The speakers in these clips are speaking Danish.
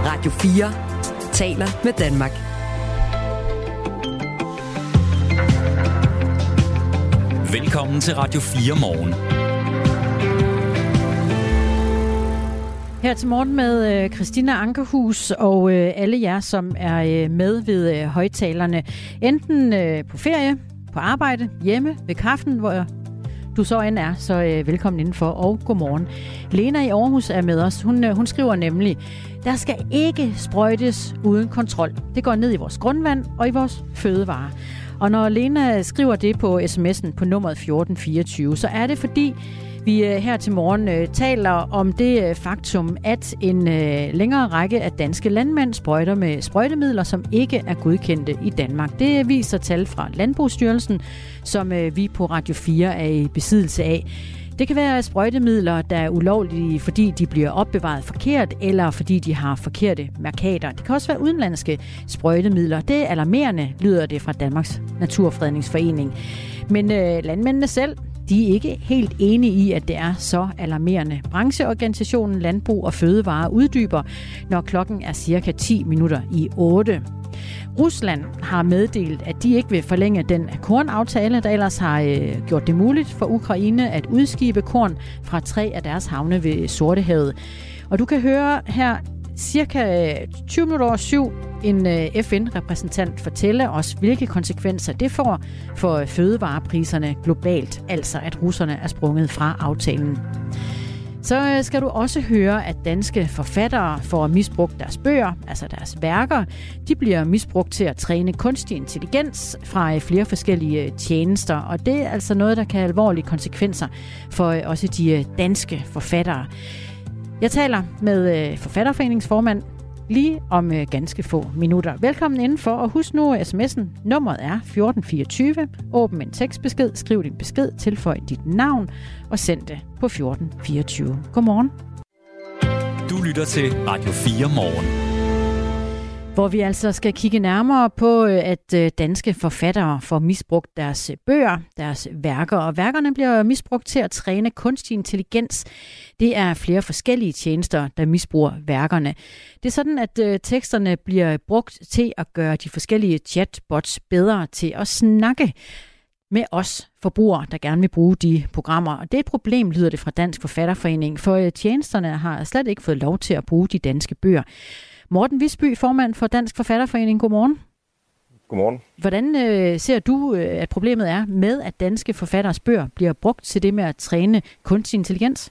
Radio 4 taler med Danmark. Velkommen til Radio 4 morgen. Her til morgen med Christina Ankerhus og alle jer, som er med ved højtalerne. Enten på ferie, på arbejde, hjemme, ved kaffen, hvor du så end er, så velkommen indenfor og godmorgen. Lena i Aarhus er med os. Hun skriver nemlig, der skal ikke sprøjtes uden kontrol. Det går ned i vores grundvand og i vores fødevarer. Og når Lena skriver det på sms'en på nummeret 1424, så er det fordi, vi her til morgen taler om det faktum, at en længere række af danske landmænd sprøjter med sprøjtemidler, som ikke er godkendte i Danmark. Det viser tal fra Landbrugsstyrelsen, som vi på Radio 4 er i besiddelse af. Det kan være sprøjtemidler, der er ulovlige, fordi de bliver opbevaret forkert, eller fordi de har forkerte mærkater. Det kan også være udenlandske sprøjtemidler. Det er alarmerende, lyder det fra Danmarks Naturfredningsforening. Men landmændene selv, de er ikke helt enige i, at det er så alarmerende. Brancheorganisationen Landbrug og Fødevare uddyber, når klokken er cirka 10 minutter i 8. Rusland har meddelt, at de ikke vil forlænge den kornaftale, der ellers har gjort det muligt for Ukraine at udskibe korn fra 3 af deres havne ved Sortehavet. Og du kan høre her cirka 20 minutter over 7 en FN-repræsentant fortælle os, hvilke konsekvenser det får for fødevarepriserne globalt, altså at russerne er sprunget fra aftalen. Så skal du også høre, at danske forfattere får misbrugt deres bøger, altså deres værker. De bliver misbrugt til at træne kunstig intelligens fra flere forskellige tjenester, og det er altså noget, der kan have alvorlige konsekvenser for også de danske forfattere. Jeg taler med Forfatterforeningsformand lige om ganske få minutter. Velkommen indenfor, og husk nu sms'en. Nummeret er 1424. Åbn en tekstbesked, skriv din besked, tilføj dit navn og send det på 1424. Godmorgen. Du lytter til Radio 4 morgen. Hvor vi altså skal kigge nærmere på, at danske forfattere får misbrugt deres bøger, deres værker, og værkerne bliver misbrugt til at træne kunstig intelligens. Det er flere forskellige tjenester, der misbruger værkerne. Det er sådan, at teksterne bliver brugt til at gøre de forskellige chatbots bedre til at snakke med os forbrugere, der gerne vil bruge de programmer. Og det er et problem, lyder det fra Dansk Forfatterforening, for tjenesterne har slet ikke fået lov til at bruge de danske bøger. Morten Visby, formand for Dansk Forfatterforening. Godmorgen. Godmorgen. Hvordan ser du, at problemet er med, at danske forfatteres bøger bliver brugt til det med at træne kunstig intelligens?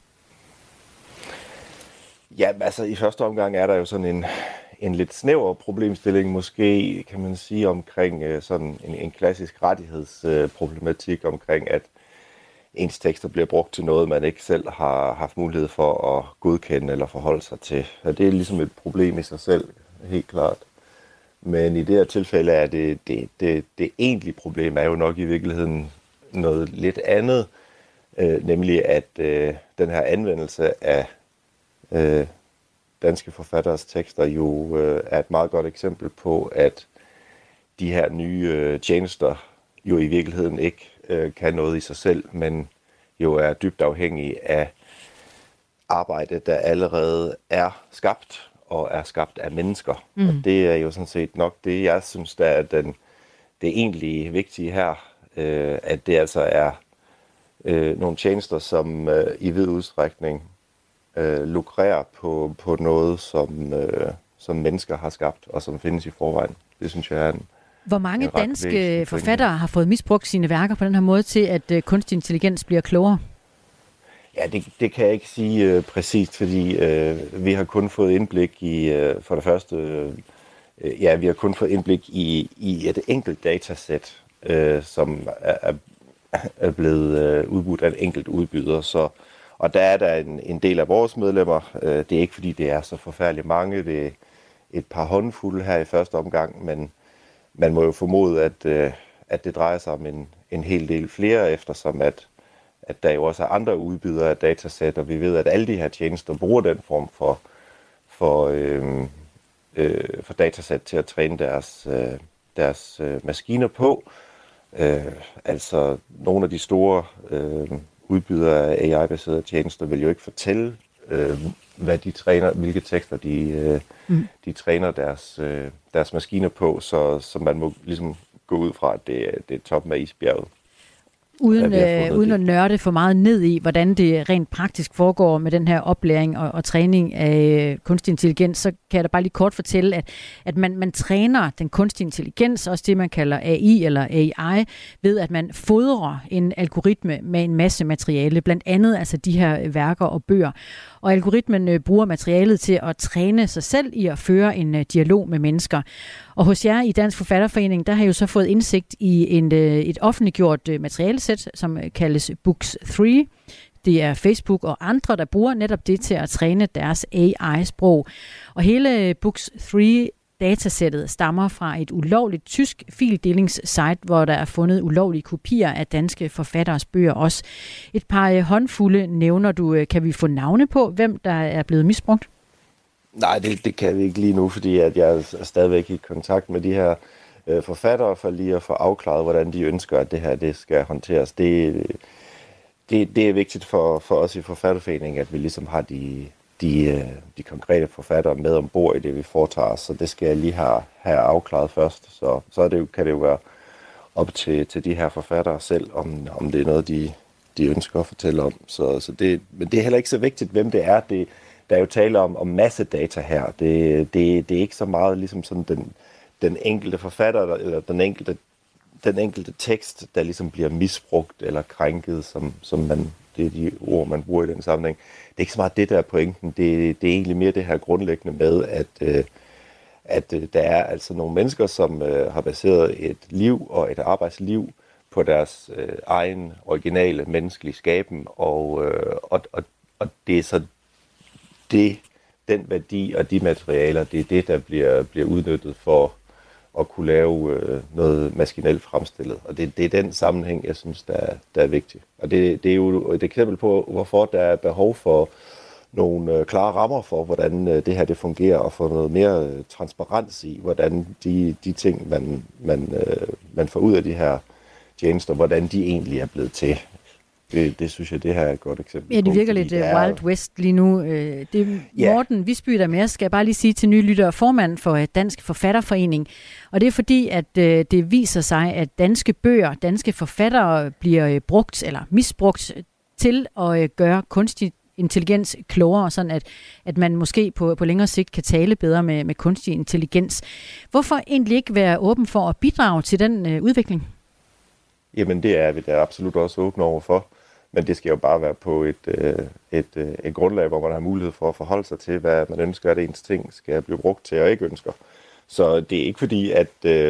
Ja, altså i første omgang er der jo sådan en lidt snæver problemstilling, måske kan man sige, omkring sådan en klassisk rettighedsproblematik omkring, at ens tekster bliver brugt til noget, man ikke selv har haft mulighed for at godkende eller forholde sig til. Og det er ligesom et problem i sig selv, helt klart. Men i det her tilfælde er det egentlige problem er jo nok i virkeligheden noget lidt andet, nemlig at den her anvendelse af danske forfatteres tekster jo er et meget godt eksempel på, at de her nye tjenester jo i virkeligheden ikke kan noget i sig selv, men jo er dybt afhængig af arbejde, der allerede er skabt, og er skabt af mennesker. Mm. Og det er jo sådan set nok det, jeg synes, der er det egentlige vigtige her, at det altså er nogle tjenester, som i vid udstrækning lukrerer på noget, som mennesker har skabt, og som findes i forvejen. Det synes jeg er Hvor mange danske forfattere har fået misbrugt sine værker på den her måde til, at kunstig intelligens bliver klogere? Ja, det kan jeg ikke sige præcist, fordi vi har kun fået indblik i, for det første, vi har kun fået indblik i et enkelt datasæt, som er blevet udbudt af en enkelt udbyder. Og der er der en del af vores medlemmer. Det er ikke fordi, det er så forfærdeligt mange. Det er et par håndfulde her i første omgang, men man må jo formode, at det drejer sig om en hel del flere, eftersom at der jo også er andre udbydere af datasæt, og vi ved, at alle de her tjenester bruger den form for datasæt til at træne deres maskiner på. Altså nogle af de store udbydere af AI-baserede tjenester vil jo ikke fortælle, hvad de træner, hvilke tekster de træner deres maskiner på, så man må ligesom gå ud fra, at det er toppen af isbjerget. Uden at nørde for meget ned i, hvordan det rent praktisk foregår med den her oplæring og træning af kunstig intelligens, så kan jeg da bare lige kort fortælle, at man træner den kunstige intelligens, også det man kalder AI eller AI, ved at man fodrer en algoritme med en masse materiale, blandt andet altså de her værker og bøger. Og algoritmen bruger materialet til at træne sig selv i at føre en dialog med mennesker. Og hos jer i Dansk Forfatterforening, der har I jo så fået indsigt i et offentliggjort materialesæt, som kaldes Books 3. Det er Facebook og andre, der bruger netop det til at træne deres AI-sprog. Og hele Books 3 datasættet stammer fra et ulovligt tysk fildelingssite, hvor der er fundet ulovlige kopier af danske forfatteres bøger også. Et par håndfulde nævner du. Kan vi få navne på, hvem der er blevet misbrugt? Nej, det kan vi ikke lige nu, fordi at jeg er stadigvæk i kontakt med de her forfattere for lige at få afklaret, hvordan de ønsker, at det her det skal håndteres. Det er vigtigt for os i Forfatterforeningen, at vi ligesom har de konkrete forfattere med ombord i det, vi foretager os. Så det skal jeg lige have afklaret først. Så kan det jo være op til de her forfattere selv, om det er noget, de ønsker at fortælle om. Men det er heller ikke så vigtigt, hvem det er. Der er jo tale om massedata her. Det er ikke så meget ligesom sådan den enkelte forfatter, eller den enkelte tekst, der ligesom bliver misbrugt eller krænket, som det er de ord, man bruger i den sammenhæng. Det er ikke så meget det, der er pointen. Det er egentlig mere det her grundlæggende med, at der er altså nogle mennesker, som har baseret et liv og et arbejdsliv på deres egen originale menneskelige skaben, og det er så den værdi og de materialer, det er det, der bliver udnyttet for at kunne lave noget maskinelt fremstillet. Og det er den sammenhæng, jeg synes, der er vigtig. Og det er jo et eksempel på, hvorfor der er behov for nogle klare rammer for, hvordan det her det fungerer, og få noget mere transparens i, hvordan de ting, man får ud af de her tjenester, hvordan de egentlig er blevet til. Det synes jeg, det her er et godt eksempel. Ja, det virker lidt Wild West lige nu. Morten Visby, der med, skal jeg bare lige sige til nye lyttere, formand for Dansk Forfatterforening. Og det er fordi, at det viser sig, at danske bøger, danske forfattere bliver brugt eller misbrugt til at gøre kunstig intelligens klogere, sådan at man måske på længere sigt kan tale bedre med kunstig intelligens. Hvorfor egentlig ikke være åben for at bidrage til den udvikling? Jamen, det er vi da absolut også åbne over for. Men det skal jo bare være på et grundlag, hvor man har mulighed for at forholde sig til, hvad man ønsker, at ens ting skal blive brugt til og ikke ønsker. Så det er ikke fordi, at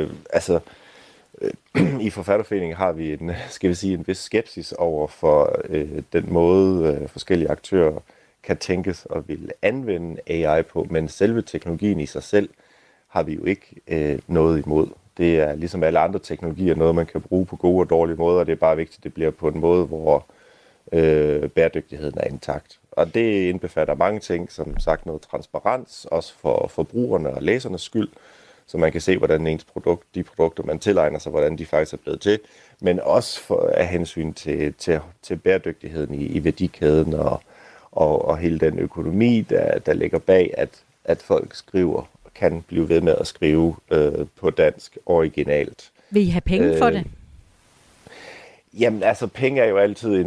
i Forfatterforeningen har vi en vis skepsis over for den måde, forskellige aktører kan tænkes og vil anvende AI på, men selve teknologien i sig selv har vi jo ikke noget imod. Det er ligesom alle andre teknologier, noget man kan bruge på gode og dårlige måder, og det er bare vigtigt, at det bliver på en måde, hvor bæredygtigheden er intakt. Og det indbefatter mange ting, som sagt noget transparens, også for forbrugerne og læsernes skyld, så man kan se, hvordan de produkter, man tilegner sig, hvordan de faktisk er blevet til, men også af hensyn til bæredygtigheden i værdikæden og hele den økonomi, der ligger bag, at folk skriver kan blive ved med at skrive på dansk originalt. Vil I have penge for det? Jamen, altså penge er jo altid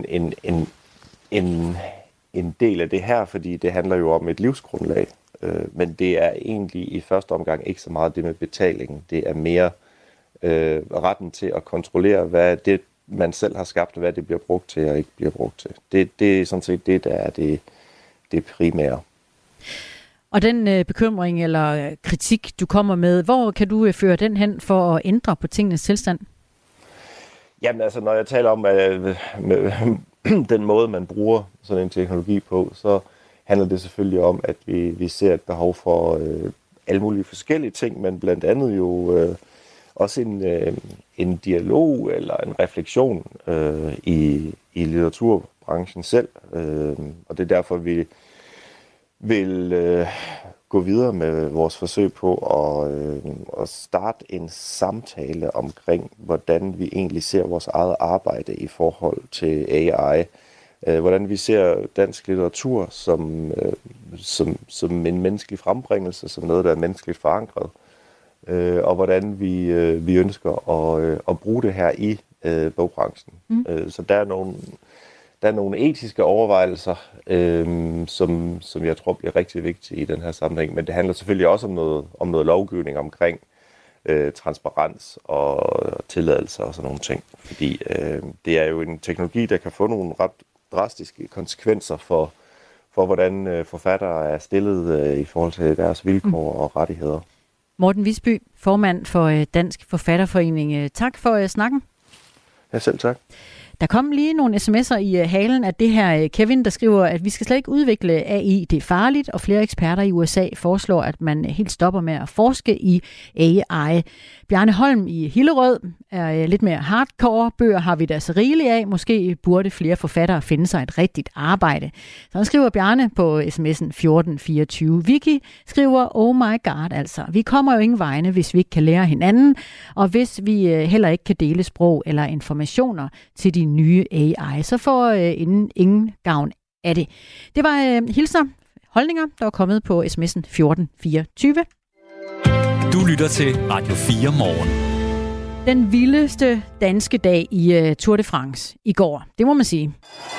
en del af det her, fordi det handler jo om et livsgrundlag. Men det er egentlig i første omgang ikke så meget det med betalingen. Det er mere retten til at kontrollere, hvad det, man selv har skabt, og hvad det bliver brugt til og ikke bliver brugt til. Det er sådan set det, der er det primære. Og den bekymring eller kritik, du kommer med, hvor kan du føre den hen for at ændre på tingenes tilstand? Jamen altså, når jeg taler om med den måde, man bruger sådan en teknologi på, så handler det selvfølgelig om, at vi ser et behov for alle mulige forskellige ting, men blandt andet jo også en dialog eller en refleksion i litteraturbranchen selv. Og det er derfor, vi vil gå videre med vores forsøg på at starte en samtale omkring, hvordan vi egentlig ser vores eget arbejde i forhold til AI. hvordan vi ser dansk litteratur som en menneskelig frembringelse, som noget, der er menneskeligt forankret, og hvordan vi ønsker at bruge det her i bogbranchen. Så der er nogle etiske overvejelser, som jeg tror bliver rigtig vigtige i den her sammenhæng, men det handler selvfølgelig også om noget lovgivning omkring transparens og tilladelser og sådan nogle ting, fordi det er jo en teknologi, der kan få nogle ret drastiske konsekvenser for hvordan forfattere er stillet i forhold til deres vilkår og rettigheder. Morten Visby, formand for Dansk Forfatterforening. Tak for snakken. Ja, selv tak. Der kom lige nogle sms'er i halen af det her. Kevin, der skriver, at vi skal slet ikke udvikle AI. Det er farligt, og flere eksperter i USA foreslår, at man helt stopper med at forske i AI. Bjarne Holm i Hillerød er lidt mere hardcore. Bøger har vi da så rigeligt af. Måske burde flere forfattere finde sig et rigtigt arbejde. Så skriver Bjarne på sms'en 1424. Vicky skriver, oh my god, altså. Vi kommer jo ingen vegne, hvis vi ikke kan lære hinanden, og hvis vi heller ikke kan dele sprog eller informationer til de nye AI, så får ingen gavn af det. Det var hilser, holdninger, der var kommet på sms'en 1424. Du lytter til Radio 4 morgen. Den vildeste danske dag i Tour de France i går, det må man sige.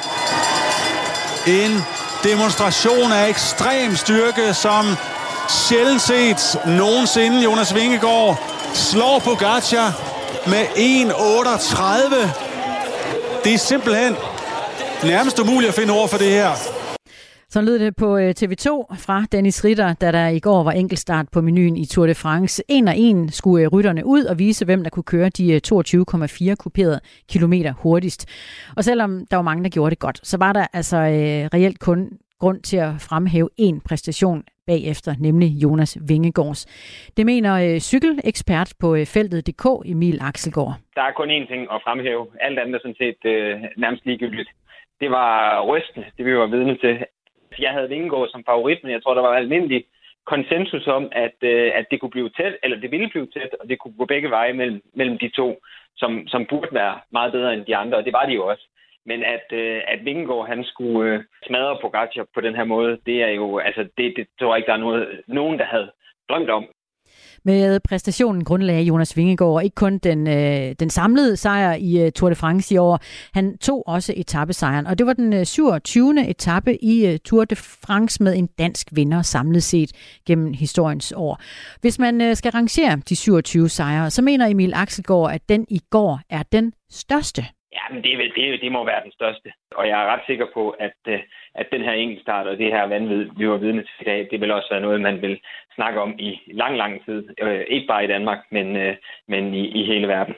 En demonstration af ekstrem styrke, som sjældent set nogensinde. Jonas Vingegaard slår Pogačar med 1,38. Det er simpelthen nærmest umuligt at finde ord for det her. Så lød det på TV2 fra Dennis Ritter, da der i går var enkeltstart på menuen i Tour de France. En og en skulle rytterne ud og vise, hvem der kunne køre de 22,4 kuperede kilometer hurtigst. Og selvom der var mange, der gjorde det godt, så var der altså reelt kun grund til at fremhæve en præstation bagefter, nemlig Jonas Vingegaards. Det mener cykelekspert på feltet.dk, Emil Axelgaard. Der er kun én ting at fremhæve. Alt andet er sådan set nærmest ligegyldigt. Det var rystende, det vi var vidne til. Jeg havde Vingegaard som favorit, men jeg tror, der var almindelig konsensus om, at det kunne blive tæt, eller det ville blive tæt, og det kunne gå begge veje mellem de to, som burde være meget bedre end de andre, og det var de jo også. Men at Vingegaard, han skulle smadre Pogačar på den her måde, det er jo, altså det tror jeg ikke, der er nogen, der havde drømt om. Med præstationen grundlagde Jonas Vingegaard ikke kun den samlede sejr i Tour de France i år, han tog også etapesejren, og det var den 27. etape i Tour de France med en dansk vinder samlet set gennem historiens år. Hvis man skal rangere de 27 sejre, så mener Emil Axelgaard, at den i går er den største. Ja, men det må være den største. Og jeg er ret sikker på, at den her enkeltstart og det her vanvid, vi var vidne til i dag, det vil også være noget, man vil snakke om i lang tid. Ikke bare i Danmark, men i hele verden.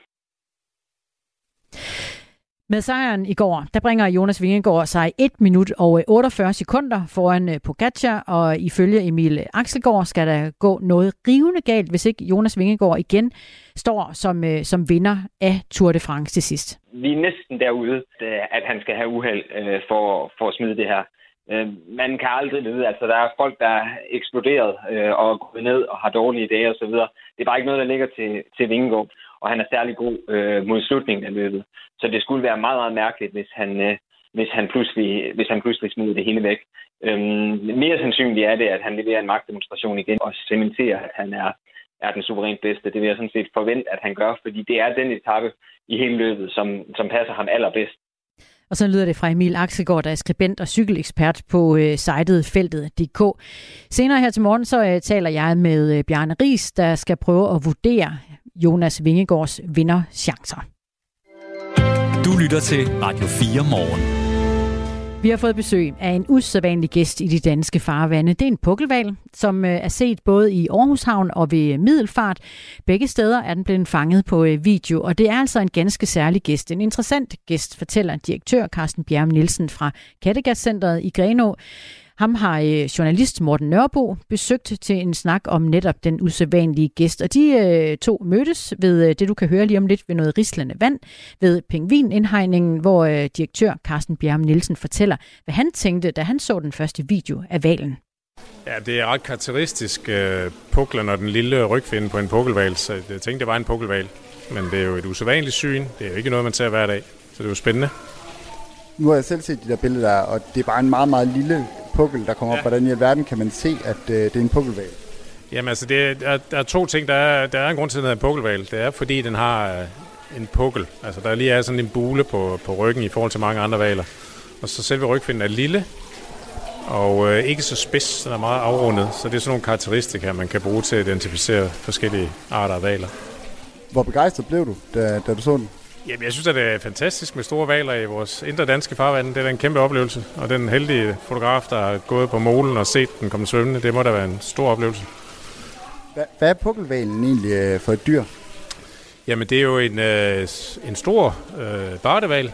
Med sejren i går, der bringer Jonas Vingegaard sig 1 minut og 48 sekunder foran Pogačar, og ifølge Emil Axelgaard skal der gå noget rivende galt, hvis ikke Jonas Vingegaard igen står som vinder af Tour de France til sidst. Vi er næsten derude, at han skal have uheld for at smide det her. Man kan aldrig vide, altså der er folk, der er eksploderet og gået ned og har dårlige dage osv. Det er bare ikke noget, der ligger til Vingegaard, og han er særlig god mod slutningen af løbet. Så det skulle være meget, meget mærkeligt, hvis han pludselig smider det hele væk. Mere sandsynligt er det, at han leverer en magtdemonstration igen og cementerer, at han er den suverænt bedste. Det vil jeg sådan set forvente, at han gør, fordi det er den etape i hele løbet, som passer ham allerbedst. Og så lyder det fra Emil Axelgaard, der er skribent og cykelekspert på sitet feltet.dk. Senere her til morgen så taler jeg med Bjarne Riis, der skal prøve at vurdere Jonas Vingegaards vinderchancer. Du lytter til Radio 4 morgen. Vi har fået besøg af en usædvanlig gæst i de danske farvande. Det er en pukkelhval, som er set både i Aarhus Havn og ved Middelfart. Begge steder er den blevet fanget på video, og det er altså en ganske særlig gæst. En interessant gæst, fortæller direktør Carsten Bjerre Nielsen fra Kattegatcentret i Grenaa. Ham har journalist Morten Nørbo besøgt til en snak om netop den usædvanlige gæst. Og de to mødtes ved det, du kan høre lige om lidt, ved noget rislende vand, ved pingvinindhegningen, hvor direktør Carsten Bjerre Nielsen fortæller, hvad han tænkte, da han så den første video af hvalen. Ja, det er ret karakteristisk puklen og den lille rygfinde på en pukkelhval, så jeg tænkte, det var en pukkelhval. Men det er jo et usædvanligt syn. Det er jo ikke noget, man ser hver dag, så det er jo spændende. Nu har jeg selv set de der billeder der, og det er bare en meget, meget lille pukkel, der kommer op. Hvordan i alverden kan man se, at det er en pukkelhval? Jamen altså, der er to ting. Der er en grund til, at den hedder en pukkelhval. Det er, fordi den har en pukkel. Altså, der lige er sådan en bule på ryggen i forhold til mange andre hvaler. Og så selve rygfinnen er lille, og ikke så spids, den er meget afrundet. Så det er sådan nogle karakteristika, man kan bruge til at identificere forskellige arter af hvaler. Hvor begejstret blev du, da du så den? Jamen, jeg synes, at det er fantastisk med store hvaler i vores indre danske farvand. Det er en kæmpe oplevelse. Og den heldige fotograf, der har gået på molen og set den komme svømmende, det må da være en stor oplevelse. Hvad er pukkelhvalen egentlig for et dyr? Jamen, det er jo en stor bardehval,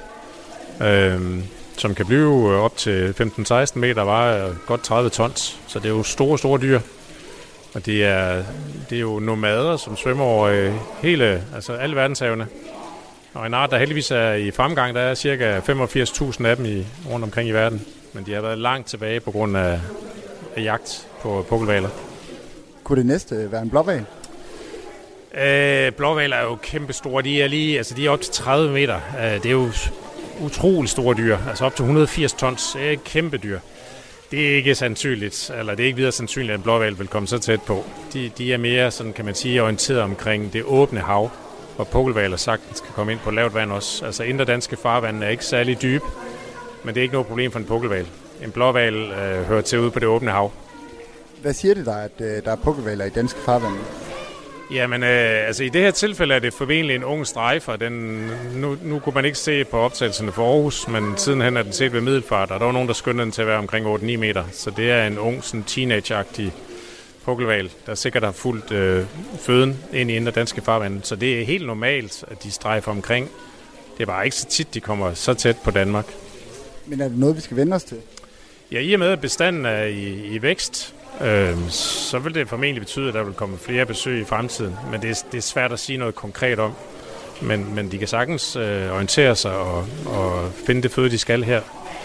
som kan blive op til 15-16 meter og veje godt 30 tons. Så det er jo store dyr. Og det er jo nomader, som svømmer over alle verdenshavene. Og en art, der heldigvis er i fremgang, der er cirka 85.000 af dem rundt omkring i verden. Men de har været langt tilbage på grund af jagt på pukkelhvaler. Kunne det næste være en blåhval? Blåhvaler er jo kæmpe store. De er op til 30 meter. Det er jo utrolig store dyr. Altså op til 180 tons. Det er et kæmpe dyr. Det er ikke sandsynligt, eller det er ikke videre sandsynligt, at en blåhval vil komme så tæt på. De er mere, sådan kan man sige, orienteret omkring det åbne hav, hvor pukkelhvaler sagtens kan komme ind på lavt vand også. Altså indre danske farvande er ikke særlig dybe, men det er ikke noget problem for en pukkelhval. En blåhval hører til ude på det åbne hav. Hvad siger det dig, at der er pukkelhvaler i danske farvande? Jamen, i det her tilfælde er det formentlig en ung strejfer. Nu kunne man ikke se på optagelserne for Aarhus, men sidenhen er den set ved Middelfart, og der var nogen, der skyndte den til at være omkring 8-9 meter. Så det er en ung, sådan teenage-agtig pukkelhval, der sikkert har fulgt føden ind i indre danske farvande. Så det er helt normalt, at de strejfer omkring. Det er bare ikke så tit, de kommer så tæt på Danmark. Men er det noget, vi skal vende os til? Ja, i og med, at bestanden er i vækst, så vil det formentlig betyde, at der vil komme flere besøg i fremtiden. Men det er svært at sige noget konkret om. Men de kan sagtens orientere sig og finde det føde, de skal her.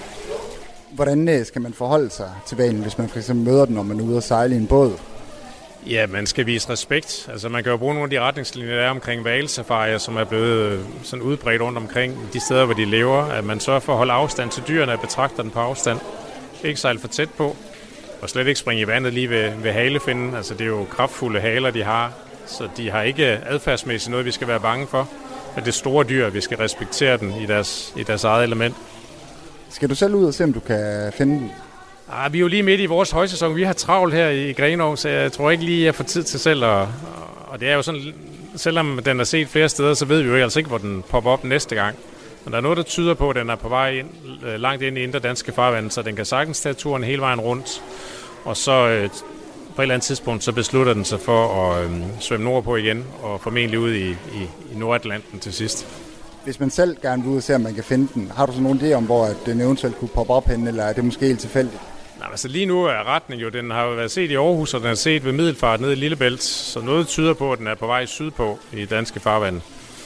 Hvordan skal man forholde sig til hvalen, hvis man for eksempel møder den, når man er ude at sejle i en båd? Ja, man skal vise respekt. Altså, man kan jo bruge nogle af de retningslinjer, der er omkring hvalsafarier, som er blevet sådan udbredt rundt omkring de steder, hvor de lever. At man sørger for at holde afstand til dyrene og betragter den på afstand. Ikke sejle for tæt på, og slet ikke springe i vandet lige ved halefinnen. Altså, det er jo kraftfulde haler, de har, så de har ikke adfærdsmæssigt noget, vi skal være bange for. Men det er store dyr, vi skal respektere dem i deres eget element. Skal du selv ud og se, om du kan finde den? Vi er jo lige midt i vores højsæson. Vi har travlt her i Grenaa, så jeg tror ikke lige, jeg får tid til selv. Og det er jo sådan, selvom den er set flere steder, så ved vi jo altså ikke, hvor den popper op næste gang. Men der er noget, der tyder på, at den er på vej ind, langt ind i indre danske farvand, så den kan sagtens tage turen hele vejen rundt. Og så på et eller andet tidspunkt, så beslutter den sig for at svømme nordpå igen, og formentlig ud i Nordatlanten til sidst. Hvis man selv gerne vil ud og se, om man kan finde den, har du så nogen idé om, hvor den eventuelt kunne poppe op hen, eller er det måske helt tilfældigt? Nej, altså lige nu er retning jo, den har jo været set i Aarhus, og den er set ved Middelfart nede i Lillebælt, så noget tyder på, at den er på vej sydpå i danske farvand.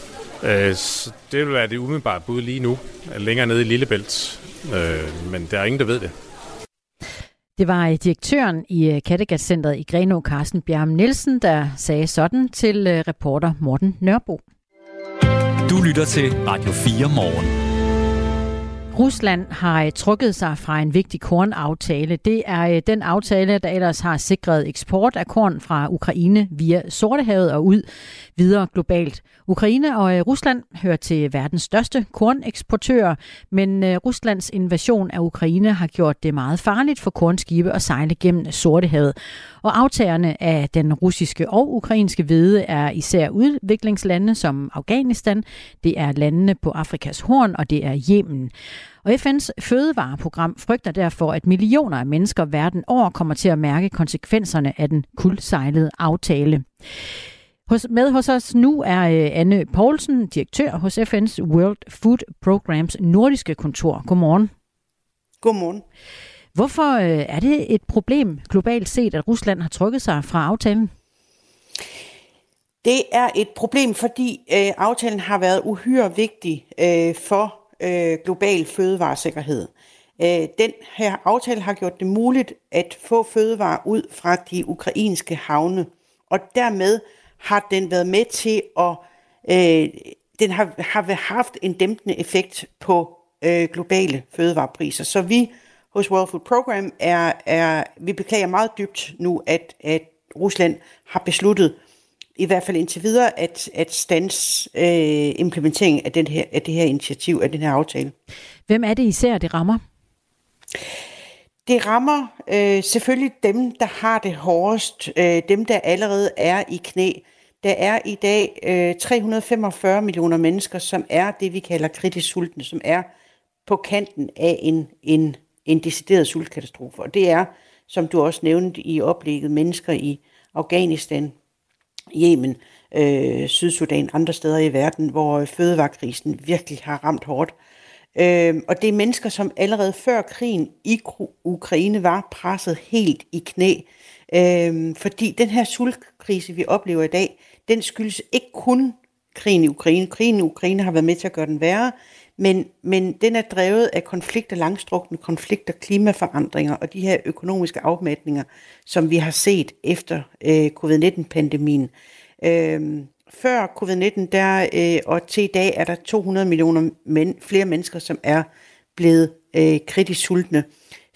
Så det vil være det umiddelbare bud lige nu, længere nede i Lillebælt, men der er ingen, der ved det. Det var direktøren i Kattegat-centret i Grenaa, Carsten Bjerm Nielsen, der sagde sådan til reporter Morten Nørbo. Du lytter til Radio 4 morgen. Rusland har trukket sig fra en vigtig kornaftale. Det er den aftale, der ellers har sikret eksport af korn fra Ukraine via Sortehavet og ud videre globalt. Ukraine og Rusland hører til verdens største korneksportører, men Ruslands invasion af Ukraine har gjort det meget farligt for kornskibe at sejle gennem Sortehavet. Og aftagerne af den russiske og ukrainske hvede er især udviklingslande som Afghanistan, det er landene på Afrikas Horn og det er Yemen. Og FN's fødevareprogram frygter derfor, at millioner af mennesker verden over kommer til at mærke konsekvenserne af den kuldsejlede aftale. Med hos os nu er Anne Poulsen, direktør hos FN's World Food Programs nordiske kontor. Godmorgen. Godmorgen. Hvorfor er det et problem globalt set, at Rusland har trukket sig fra aftalen? Det er et problem, fordi aftalen har været uhyre vigtig for global fødevaresikkerhed. Den her aftale har gjort det muligt at få fødevarer ud fra de ukrainske havne, og dermed har den været med til at den har haft en dæmpende effekt på globale fødevarepriser. Så vi hos World Food Program vi beklager meget dybt nu, at Rusland har besluttet, i hvert fald indtil videre, at stands implementering af det her initiativ, af den her aftale. Hvem er det især, det rammer? Det rammer selvfølgelig dem, der har det hårdest, dem, der allerede er i knæ. Der er i dag 345 millioner mennesker, som er det, vi kalder kritisk sultne, som er på kanten af en decideret sultkatastrofe. Og det er, som du også nævnte i oplægget, mennesker i Afghanistan, Yemen, Sydsudan, andre steder i verden, hvor fødevarekrisen virkelig har ramt hårdt. Og det er mennesker, som allerede før krigen i Ukraine var presset helt i knæ. Fordi den her sultkrise, vi oplever i dag, den skyldes ikke kun krigen i Ukraine. Krigen i Ukraine har været med til at gøre den værre, men den er drevet af konflikter, langstrukne konflikter, klimaforandringer og de her økonomiske afmatninger, som vi har set efter covid-19-pandemien. Før covid-19 og til i dag er der 200 millioner flere mennesker, som er blevet kritisk sultne.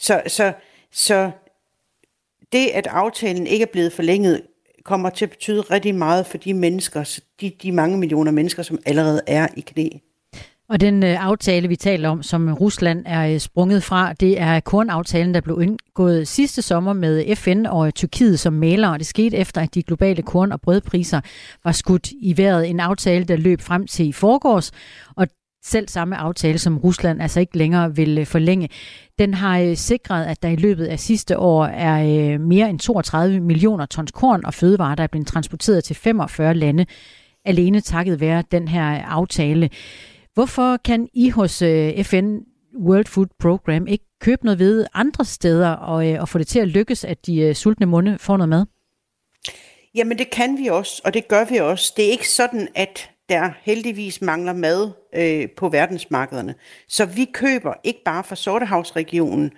Så det, at aftalen ikke er blevet forlænget, kommer til at betyde rigtig meget for de mennesker, de mange millioner mennesker, som allerede er i knæ. Og den aftale, vi taler om, som Rusland er sprunget fra, det er kornaftalen, der blev indgået sidste sommer med FN og Tyrkiet som mægler, og det skete efter, at de globale korn- og brødpriser var skudt i vejret. En aftale, der løb frem til i forgårs, og selv samme aftale, som Rusland altså ikke længere vil forlænge. Den har sikret, at der i løbet af sidste år er mere end 32 millioner tons korn og fødevarer, der er blevet transporteret til 45 lande, alene takket være den her aftale. Hvorfor kan I hos FN World Food Program ikke købe noget ved andre steder og få det til at lykkes, at de sultne munde får noget mad? Jamen det kan vi også, og det gør vi også. Det er ikke sådan, at der heldigvis mangler mad på verdensmarkederne. Så vi køber ikke bare fra Sortehavsregionen.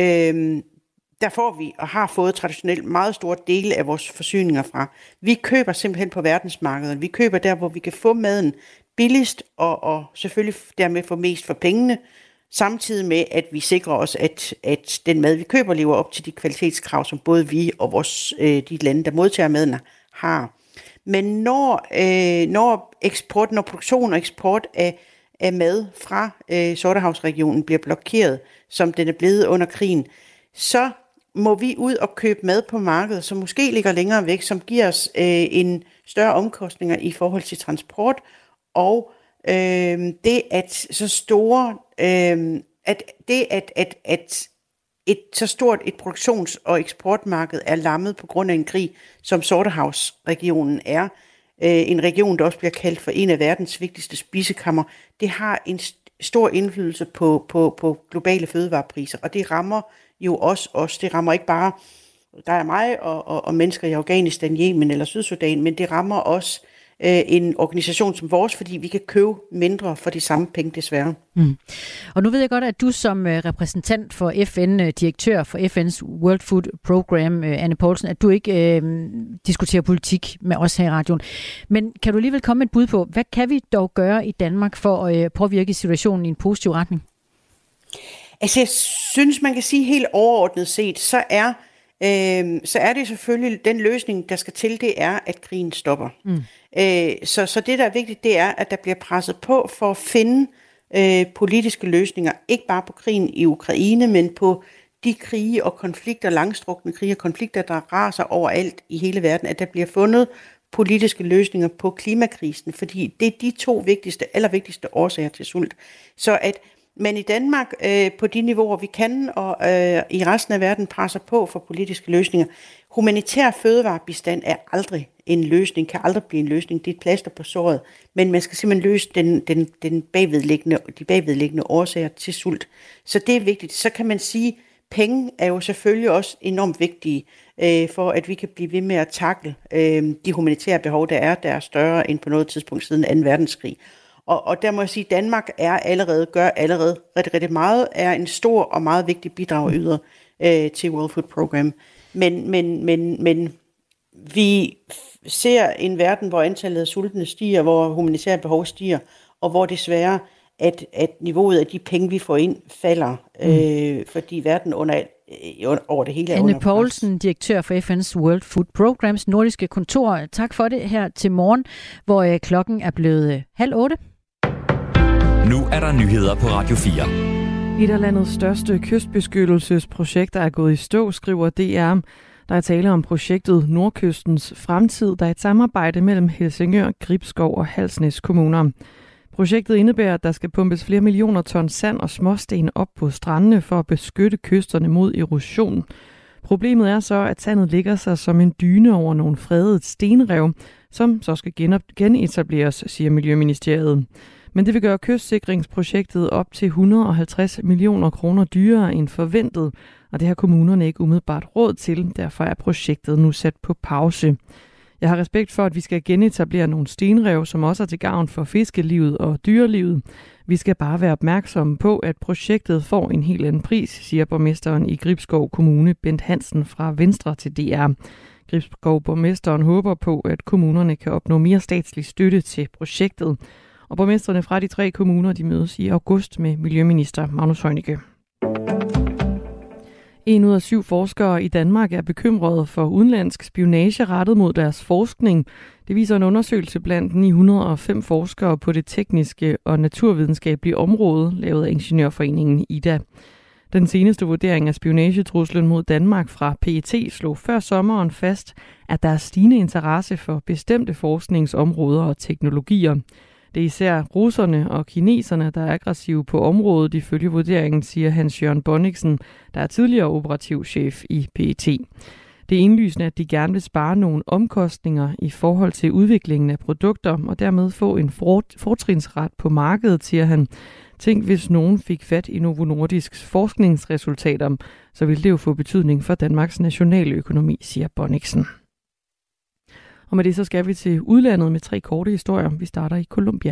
Der får vi og har fået traditionelt meget store dele af vores forsyninger fra. Vi køber simpelthen på verdensmarkederne. Vi køber der, hvor vi kan få maden billigst og selvfølgelig dermed få mest for pengene, samtidig med, at vi sikrer os, at den mad, vi køber, lever op til de kvalitetskrav, som både vi og de lande, der modtager maden, har. Men når produktion og eksport af mad fra Sortehavsregionen bliver blokeret, som den er blevet under krigen, så må vi ud og købe mad på markedet, som måske ligger længere væk, som giver os en større omkostninger i forhold til transport, og det at så store, at et så stort et produktions- og eksportmarked er lammet på grund af en krig, som Sortehavsregionen er, en region, der også bliver kaldt for en af verdens vigtigste spisekammer, det har en stor indflydelse på globale fødevarepriser, og det rammer jo også os. Det rammer ikke bare, der er mig og mennesker i Afghanistan, Yemen eller Sydsudan, men det rammer også en organisation som vores, fordi vi kan købe mindre for de samme penge, desværre. Mm. Og nu ved jeg godt, at du som repræsentant for FN, direktør for FN's World Food Program, Anne Poulsen, at du ikke diskuterer politik med os her i radioen. Men kan du alligevel komme med et bud på, hvad kan vi dog gøre i Danmark for at påvirke situationen i en positiv retning? Altså jeg synes, man kan sige helt overordnet set, så er det selvfølgelig den løsning, der skal til, det er, at krigen stopper. Mm. Så det, der er vigtigt, det er, at der bliver presset på for at finde politiske løsninger, ikke bare på krigen i Ukraine, men på de krige og konflikter, langstrukne krige og konflikter, der raser overalt i hele verden, at der bliver fundet politiske løsninger på klimakrisen, fordi det er de to allervigtigste årsager til sult. Så at man i Danmark på de niveauer, vi kan, og i resten af verden presser på for politiske løsninger. Humanitær fødevarebistand er aldrig en løsning, kan aldrig blive en løsning. Det er et plaster på såret, men man skal simpelthen løse de bagvedliggende årsager til sult. Så det er vigtigt. Så kan man sige, penge er jo selvfølgelig også enormt vigtige for, at vi kan blive ved med at tackle de humanitære behov, der er større end på noget tidspunkt siden 2. verdenskrig. Og der må jeg sige, at Danmark gør allerede rigtig, rigtig meget, er en stor og meget vigtig bidragyder til World Food Program. Men vi ser en verden, hvor antallet af sultne stiger, hvor humanitære behov stiger, og hvor desværre at niveauet af de penge, vi får ind, falder, fordi verden over det hele er under Anne Poulsen, direktør for FN's World Food Programs nordiske kontor. Tak for det her til morgen, hvor klokken er blevet 7:30. Nu er der nyheder på Radio 4. Et af landets største kystbeskyttelsesprojekter er gået i stå, skriver DR. Der er tale om projektet Nordkystens Fremtid, der er et samarbejde mellem Helsingør, Gribskov og Halsnæs kommuner. Projektet indebærer, at der skal pumpes flere millioner ton sand og småsten op på strandene for at beskytte kysterne mod erosion. Problemet er så, at sandet ligger sig som en dyne over nogle fredede stenrev, som så skal genetableres, siger Miljøministeriet. Men det vil gøre kystsikringsprojektet op til 150 millioner kroner dyrere end forventet, og det har kommunerne ikke umiddelbart råd til. Derfor er projektet nu sat på pause. Jeg har respekt for, at vi skal genetablere nogle stenrev, som også er til gavn for fiskelivet og dyrelivet. Vi skal bare være opmærksomme på, at projektet får en helt anden pris, siger borgmesteren i Gribskov Kommune, Bent Hansen fra Venstre til DR. Gribskov-borgmesteren håber på, at kommunerne kan opnå mere statslig støtte til projektet. Og borgmestrene fra de 3 kommuner, de mødes i august med miljøminister Magnus Heunicke. 1 ud af 7 forskere i Danmark er bekymrede for udenlandsk spionage rettet mod deres forskning. Det viser en undersøgelse blandt 905 forskere på det tekniske og naturvidenskabelige område, lavet af Ingeniørforeningen IDA. Den seneste vurdering af spionagetruslen mod Danmark fra PET slog før sommeren fast, at der er stigende interesse for bestemte forskningsområder og teknologier. Det er især russerne og kineserne, der er aggressive på området, ifølge vurderingen, siger Hans-Jørgen Bonniksen, der er tidligere operativchef i PET. Det er indlysende, at de gerne vil spare nogle omkostninger i forhold til udviklingen af produkter, og dermed få en fortrinsret på markedet, siger han. Tænk, hvis nogen fik fat i Novo Nordisks forskningsresultater, så ville det jo få betydning for Danmarks nationale økonomi, siger Bonniksen. Og med det så skal vi til udlandet med 3 korte historier. Vi starter i Colombia.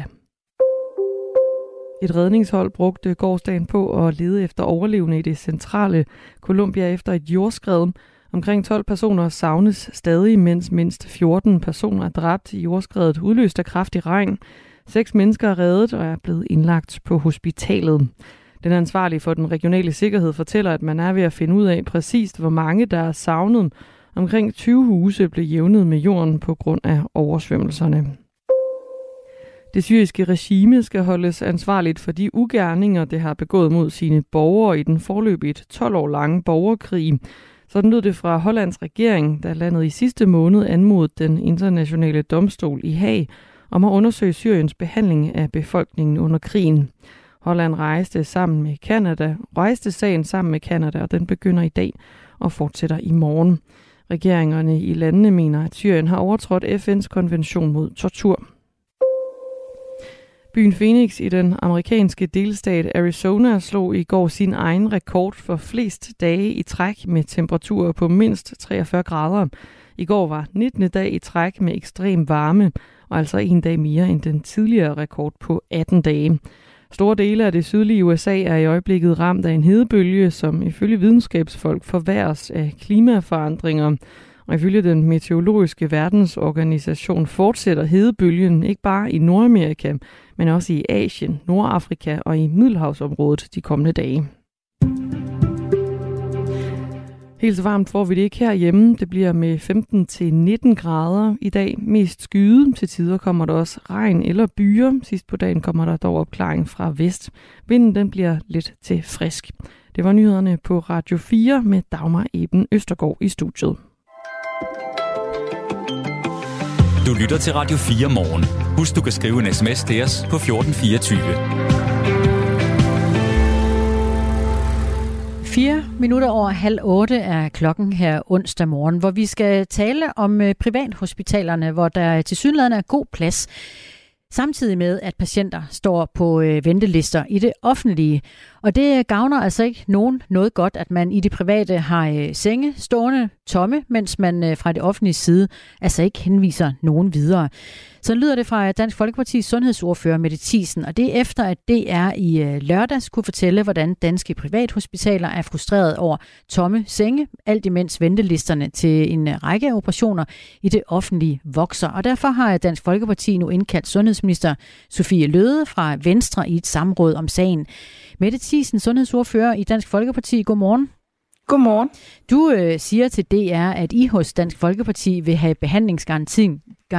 Et redningshold brugte gårsdagen på at lede efter overlevende i det centrale Colombia efter et jordskred. Omkring 12 personer savnes stadig, mens mindst 14 personer er dræbt i jordskredet udløst af kraftig regn. 6 mennesker er reddet og er blevet indlagt på hospitalet. Den ansvarlige for den regionale sikkerhed fortæller, at man er ved at finde ud af præcist, hvor mange der er savnet. Omkring 20 huse blev jævnet med jorden på grund af oversvømmelserne. Det syriske regime skal holdes ansvarligt for de ugerninger, det har begået mod sine borgere i den forløbigt 12 år lange borgerkrig. Sådan lød det fra Hollands regering, da landet i sidste måned anmodede den internationale domstol i Haag om at undersøge Syriens behandling af befolkningen under krigen. Holland rejste sagen sammen med Canada, og den begynder i dag og fortsætter i morgen. Regeringerne i landene mener, at Syrien har overtrådt FN's konvention mod tortur. Byen Phoenix i den amerikanske delstat Arizona slog i går sin egen rekord for flest dage i træk med temperaturer på mindst 43 grader. I går var 19. dag i træk med ekstrem varme, og altså en dag mere end den tidligere rekord på 18 dage. Store dele af det sydlige USA er i øjeblikket ramt af en hedebølge, som ifølge videnskabsfolk forværres af klimaforandringer. Og ifølge den meteorologiske verdensorganisation fortsætter hedebølgen ikke bare i Nordamerika, men også i Asien, Nordafrika og i Middelhavsområdet de kommende dage. Helt så varmt får vi det ikke herhjemme. Det bliver med 15-19 grader i dag. Mest skyde. Til tider kommer der også regn eller byer. Sidst på dagen kommer der dog opklaring fra vest. Vinden den bliver lidt til frisk. Det var nyhederne på Radio 4 med Dagmar Eben Østergaard i studiet. Du lytter til Radio 4 morgen. Husk, du kan skrive en sms til os på 1424. 4 minutter over 7:30 er klokken her onsdag morgen, hvor vi skal tale om privathospitalerne, hvor der tilsyneladende er god plads, samtidig med, at patienter står på ventelister i det offentlige. Og det gavner altså ikke nogen noget godt, at man i det private har senge stående tomme, mens man fra det offentlige side altså ikke henviser nogen videre. Så lyder det fra Dansk Folkepartis sundhedsordfører Mette Thiesen, og det er efter, at DR i lørdags kunne fortælle, hvordan danske privathospitaler er frustreret over tomme senge, alt imens ventelisterne til en række operationer i det offentlige vokser. Og derfor har Dansk Folkeparti nu indkaldt sundhedsminister Sophie Løhde fra Venstre i et samråd om sagen. Mette Thiesen, sundhedsordfører i Dansk Folkeparti. Godmorgen. Godmorgen. Du siger til DR, at I hos Dansk Folkeparti vil have behandlingsgarantien,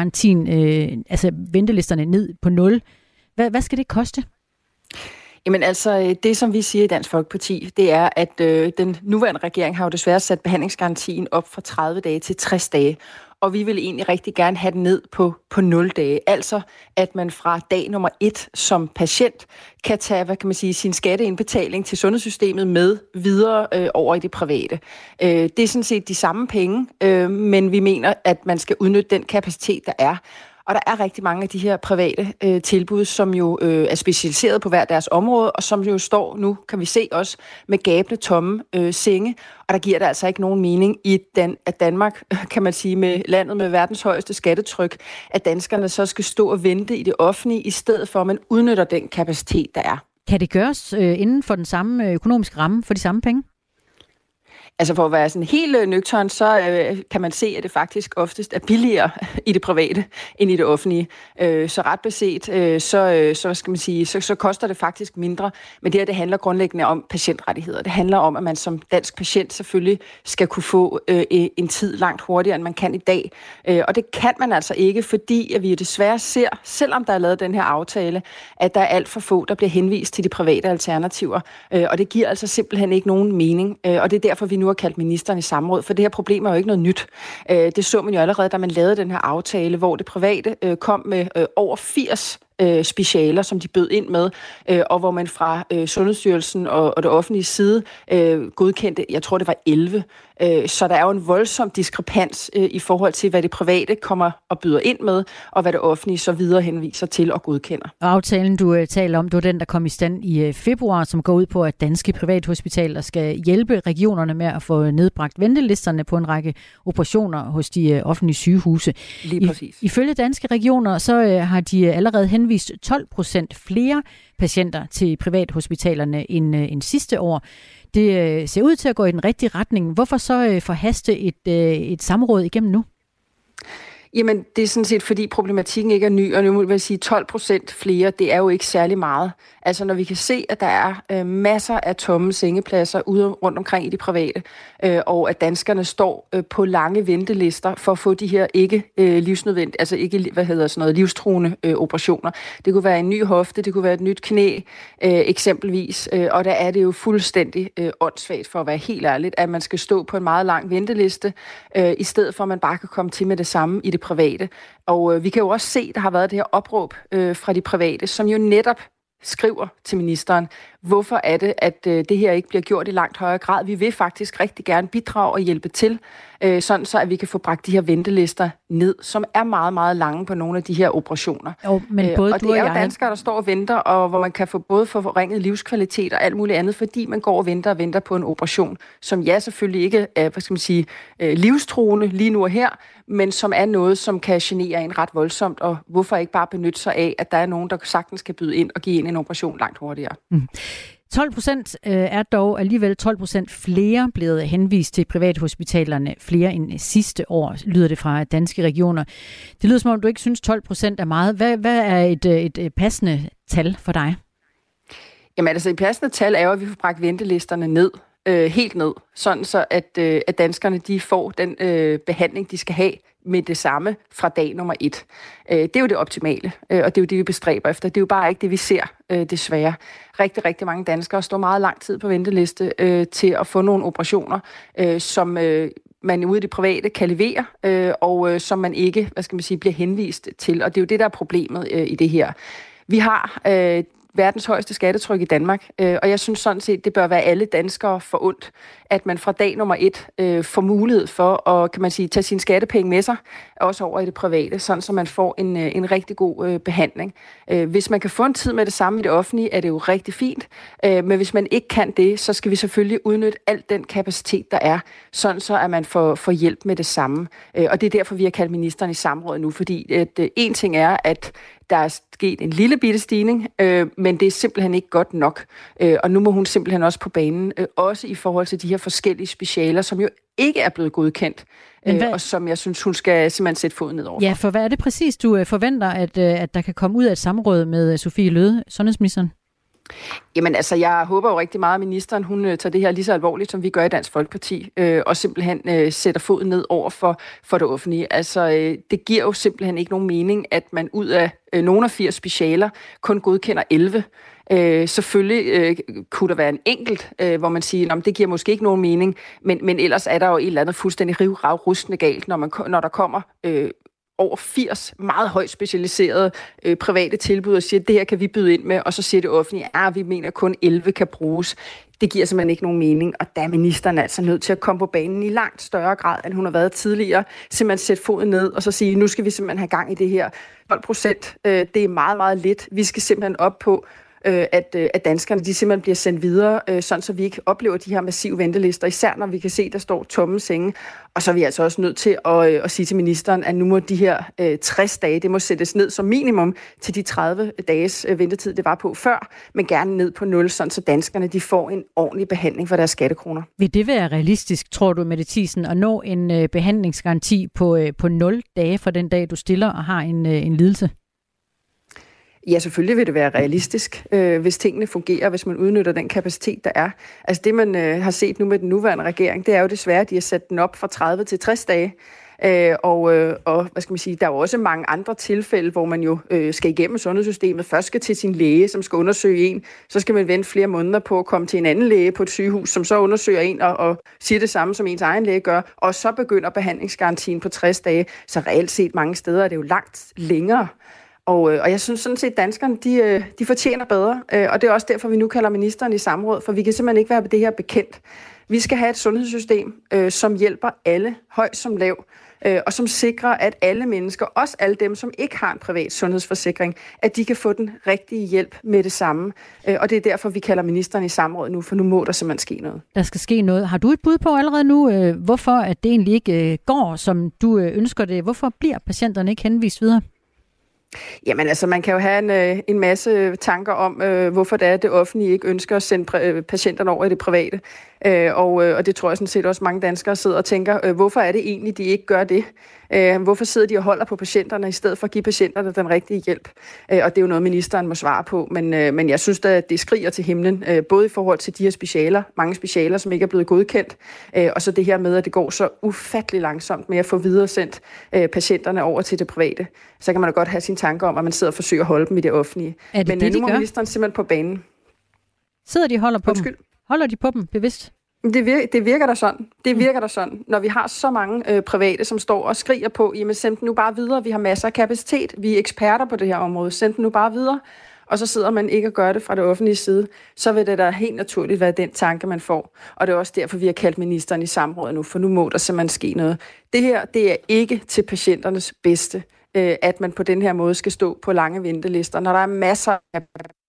altså ventelisterne ned på 0. Hvad skal det koste? Jamen altså, det som vi siger i Dansk Folkeparti, det er, at den nuværende regering har jo desværre sat behandlingsgarantien op fra 30 dage til 60 dage. Og vi vil egentlig rigtig gerne have den ned på 0 dage. Altså, at man fra dag nummer 1 som patient kan tage, sin skatteindbetaling til sundhedssystemet med videre over i det private. Det er sådan set de samme penge, men vi mener, at man skal udnytte den kapacitet, der er. Og der er rigtig mange af de her private tilbud, som jo er specialiseret på hver deres område, og som jo står nu, kan vi se også, med gabende tomme senge. Og der giver det altså ikke nogen mening at Danmark, kan man sige, med landet med verdens højeste skattetryk, at danskerne så skal stå og vente i det offentlige, i stedet for at man udnytter den kapacitet, der er. Kan det gøres inden for den samme økonomiske ramme for de samme penge? Altså for at være sådan helt nøgtern, så kan man se, at det faktisk oftest er billigere i det private end i det offentlige. Så ret beset, så koster det faktisk mindre. Men det her, det handler grundlæggende om patientrettigheder. Det handler om, at man som dansk patient selvfølgelig skal kunne få en tid langt hurtigere, end man kan i dag. Og det kan man altså ikke, fordi at vi desværre ser, selvom der er lavet den her aftale, at der er alt for få, der bliver henvist til de private alternativer. Og det giver altså simpelthen ikke nogen mening. Og det er derfor, vi nu har kaldt ministeren i samråd, for det her problem er jo ikke noget nyt. Det så man jo allerede, da man lavede den her aftale, hvor det private kom med over 80 specialer, som de bød ind med, og hvor man fra Sundhedsstyrelsen og det offentlige side godkendte, jeg tror det var 11. Så der er jo en voldsom diskrepans i forhold til, hvad det private kommer og byder ind med, og hvad det offentlige så videre henviser til og godkender. Og aftalen, du taler om, det var den, der kom i stand i februar, som går ud på, at danske privathospitaler skal hjælpe regionerne med at få nedbragt ventelisterne på en række operationer hos de offentlige sygehuse. Lige præcis. Ifølge danske regioner, så har de allerede henvist 12% flere patienter til privathospitalerne end sidste år. Det ser ud til at gå i den rigtige retning. Hvorfor så forhaste et samråd igennem nu? Jamen, det er sådan set, fordi problematikken ikke er ny, og nu vil jeg sige 12% flere, det er jo ikke særlig meget. Altså, når vi kan se, at der er masser af tomme sengepladser ude rundt omkring i de private, og at danskerne står på lange ventelister for at få de her ikke livsnødvendige, altså ikke, livstruende operationer. Det kunne være en ny hofte, det kunne være et nyt knæ, eksempelvis, og der er det jo fuldstændig åndssvagt, for at være helt ærligt, at man skal stå på en meget lang venteliste, i stedet for at man bare kan komme til med det samme i det private. Og vi kan jo også se, der har været det her opråb fra de private, som jo netop skriver til ministeren, hvorfor er det, at det her ikke bliver gjort i langt højere grad. Vi vil faktisk rigtig gerne bidrage og hjælpe til, sådan så at vi kan få bragt de her ventelister ned, som er meget, meget lange på nogle af de her operationer. Men både og det er jo danskere, der står og venter, og hvor man kan få både forringet livskvalitet og alt muligt andet, fordi man går og venter på en operation, som selvfølgelig ikke er, livstruende lige nu og her, men som er noget, som kan genere en ret voldsomt, og hvorfor ikke bare benytte sig af, at der er nogen, der sagtens kan byde ind og give en operation langt hurtigere. 12% er dog alligevel 12% flere blevet henvist til privathospitalerne, flere end sidste år, lyder det fra danske regioner. Det lyder som om, du ikke synes 12% er meget. Hvad er et passende tal for dig? Jamen altså, et passende tal er jo, at vi får bragt ventelisterne ned. Helt ned, sådan så at danskerne de får den behandling, de skal have med det samme fra dag nummer 1. Det er jo det optimale, og det er jo det, vi bestræber efter. Det er jo bare ikke det, vi ser, desværre. Rigtig, rigtig mange danskere står meget lang tid på venteliste til at få nogle operationer, som man ude i det private kan levere, og som man ikke, bliver henvist til. Og det er jo det, der er problemet i det her. Vi har verdens højeste skattetryk i Danmark, og jeg synes sådan set, det bør være alle danskere forundt, at man fra dag nummer 1 får mulighed for at, kan man sige, tage sine skattepenge med sig, også over i det private, sådan så man får en rigtig god behandling. Hvis man kan få en tid med det samme i det offentlige, er det jo rigtig fint, men hvis man ikke kan det, så skal vi selvfølgelig udnytte al den kapacitet, der er, sådan så at man får hjælp med det samme. Og det er derfor, vi har kaldt ministeren i samråd nu, fordi at en ting er, at der er sket en lille bitte stigning, men det er simpelthen ikke godt nok. Og nu må hun simpelthen også på banen, også i forhold til de her forskellige specialer, som jo ikke er blevet godkendt, og som jeg synes, hun skal simpelthen sætte foden ned over. Ja, for hvad er det præcis, du forventer, at der kan komme ud af et samråd med Sophie Løhde, sundhedsministeren? Jamen altså, jeg håber jo rigtig meget, at ministeren hun tager det her lige så alvorligt, som vi gør i Dansk Folkeparti, og simpelthen sætter foden ned over for det offentlige. Altså, det giver jo simpelthen ikke nogen mening, at man ud af nogle af 80 specialer kun godkender 11. Selvfølgelig kunne der være en enkelt, hvor man siger, at det giver måske ikke nogen mening, men ellers er der jo et eller andet fuldstændig rustende galt, når der kommer over 80 meget højt specialiserede private tilbud og siger, at det her kan vi byde ind med, og så siger det offentlige, at vi mener, at kun 11 kan bruges. Det giver simpelthen ikke nogen mening, og der er ministeren altså nødt til at komme på banen i langt større grad, end hun har været tidligere. Simpelthen sætte foden ned og så sige, nu skal vi simpelthen have gang i det her. 12%, det er meget, meget lidt. Vi skal simpelthen op på, at danskerne de simpelthen bliver sendt videre, sådan så vi ikke oplever de her massive ventelister, især når vi kan se, der står tomme senge. Og så er vi altså også nødt til at sige til ministeren, at nu må de her 60 dage, det må sættes ned som minimum til de 30 dages ventetid, det var på før, men gerne ned på 0, sådan så danskerne de får en ordentlig behandling for deres skattekroner. Vil det være realistisk, tror du, Mette Thiesen, at nå en behandlingsgaranti på 0 dage fra den dag, du stiller og har en lidelse? Ja, selvfølgelig vil det være realistisk, hvis tingene fungerer, hvis man udnytter den kapacitet, der er. Altså det, man har set nu med den nuværende regering, det er jo desværre, at de har sat den op fra 30 til 60 dage. Og hvad skal man sige, der er jo også mange andre tilfælde, hvor man jo skal igennem sundhedssystemet. Først skal til sin læge, som skal undersøge en. Så skal man vente flere måneder på at komme til en anden læge på et sygehus, som så undersøger en og siger det samme, som ens egen læge gør. Og så begynder behandlingsgarantien på 60 dage. Så reelt set mange steder er det jo langt længere. Og jeg synes sådan set, at danskerne de fortjener bedre, og det er også derfor, vi nu kalder ministeren i samråd, for vi kan simpelthen ikke være det her bekendt. Vi skal have et sundhedssystem, som hjælper alle, høj som lav, og som sikrer, at alle mennesker, også alle dem, som ikke har en privat sundhedsforsikring, at de kan få den rigtige hjælp med det samme. Og det er derfor, vi kalder ministeren i samråd nu, for nu må der simpelthen ske noget. Der skal ske noget. Har du et bud på allerede nu, hvorfor at det egentlig ikke går, som du ønsker det? Hvorfor bliver patienterne ikke henvist videre? Jamen altså, man kan jo have en masse tanker om, hvorfor det er, at det offentlige ikke ønsker at sende patienterne over i det private. Og det tror jeg sådan set også mange danskere sidder og tænker, hvorfor er det egentlig, de ikke gør det? Hvorfor sidder de og holder på patienterne, i stedet for at give patienterne den rigtige hjælp? Og det er jo noget, ministeren må svare på, men jeg synes at det skriger til himlen, både i forhold til de her specialer, mange specialer, som ikke er blevet godkendt, og så det her med, at det går så ufattelig langsomt med at få videresendt patienterne over til det private. Så kan man da godt have sine tanker om, at man sidder og forsøger at holde dem i det offentlige. Men nu må ministeren simpelthen på banen. Sidder de og holder på dem? Holder de på dem bevidst? Det virker da sådan. Det virker da sådan. Når vi har så mange private, som står og skriger på, jamen send den nu bare videre. Vi har masser af kapacitet. Vi er eksperter på det her område. Send den nu bare videre. Og så sidder man ikke og gør det fra det offentlige side. Så vil det da helt naturligt være den tanke, man får. Og det er også derfor, vi har kaldt ministeren i samråd nu, for nu må der simpelthen ske noget. Det her, det er ikke til patienternes bedste, at man på den her måde skal stå på lange ventelister, når der er masser af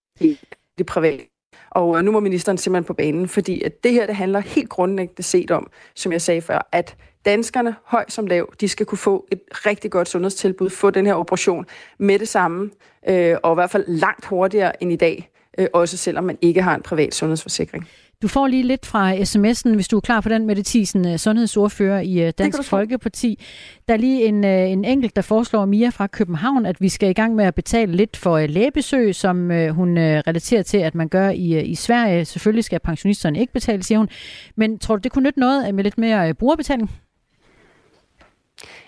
det private. Og nu må ministeren simpelthen på banen, fordi at det her, det handler helt grundlæggende set om, som jeg sagde før, at danskerne, høj som lav, de skal kunne få et rigtig godt sundhedstilbud, få den her operation med det samme, og i hvert fald langt hurtigere end i dag, også selvom man ikke har en privat sundhedsforsikring. Du får lige lidt fra sms'en, hvis du er klar på den, Mette Thiesen, sundhedsordfører i Dansk Folkeparti. Der er lige en enkelt, der foreslår Mia fra København, at vi skal i gang med at betale lidt for lægebesøg, som hun relaterer til, at man gør i Sverige. Selvfølgelig skal pensionisterne ikke betale, siger hun. Men tror du, det kunne nytte noget med lidt mere brugerbetaling?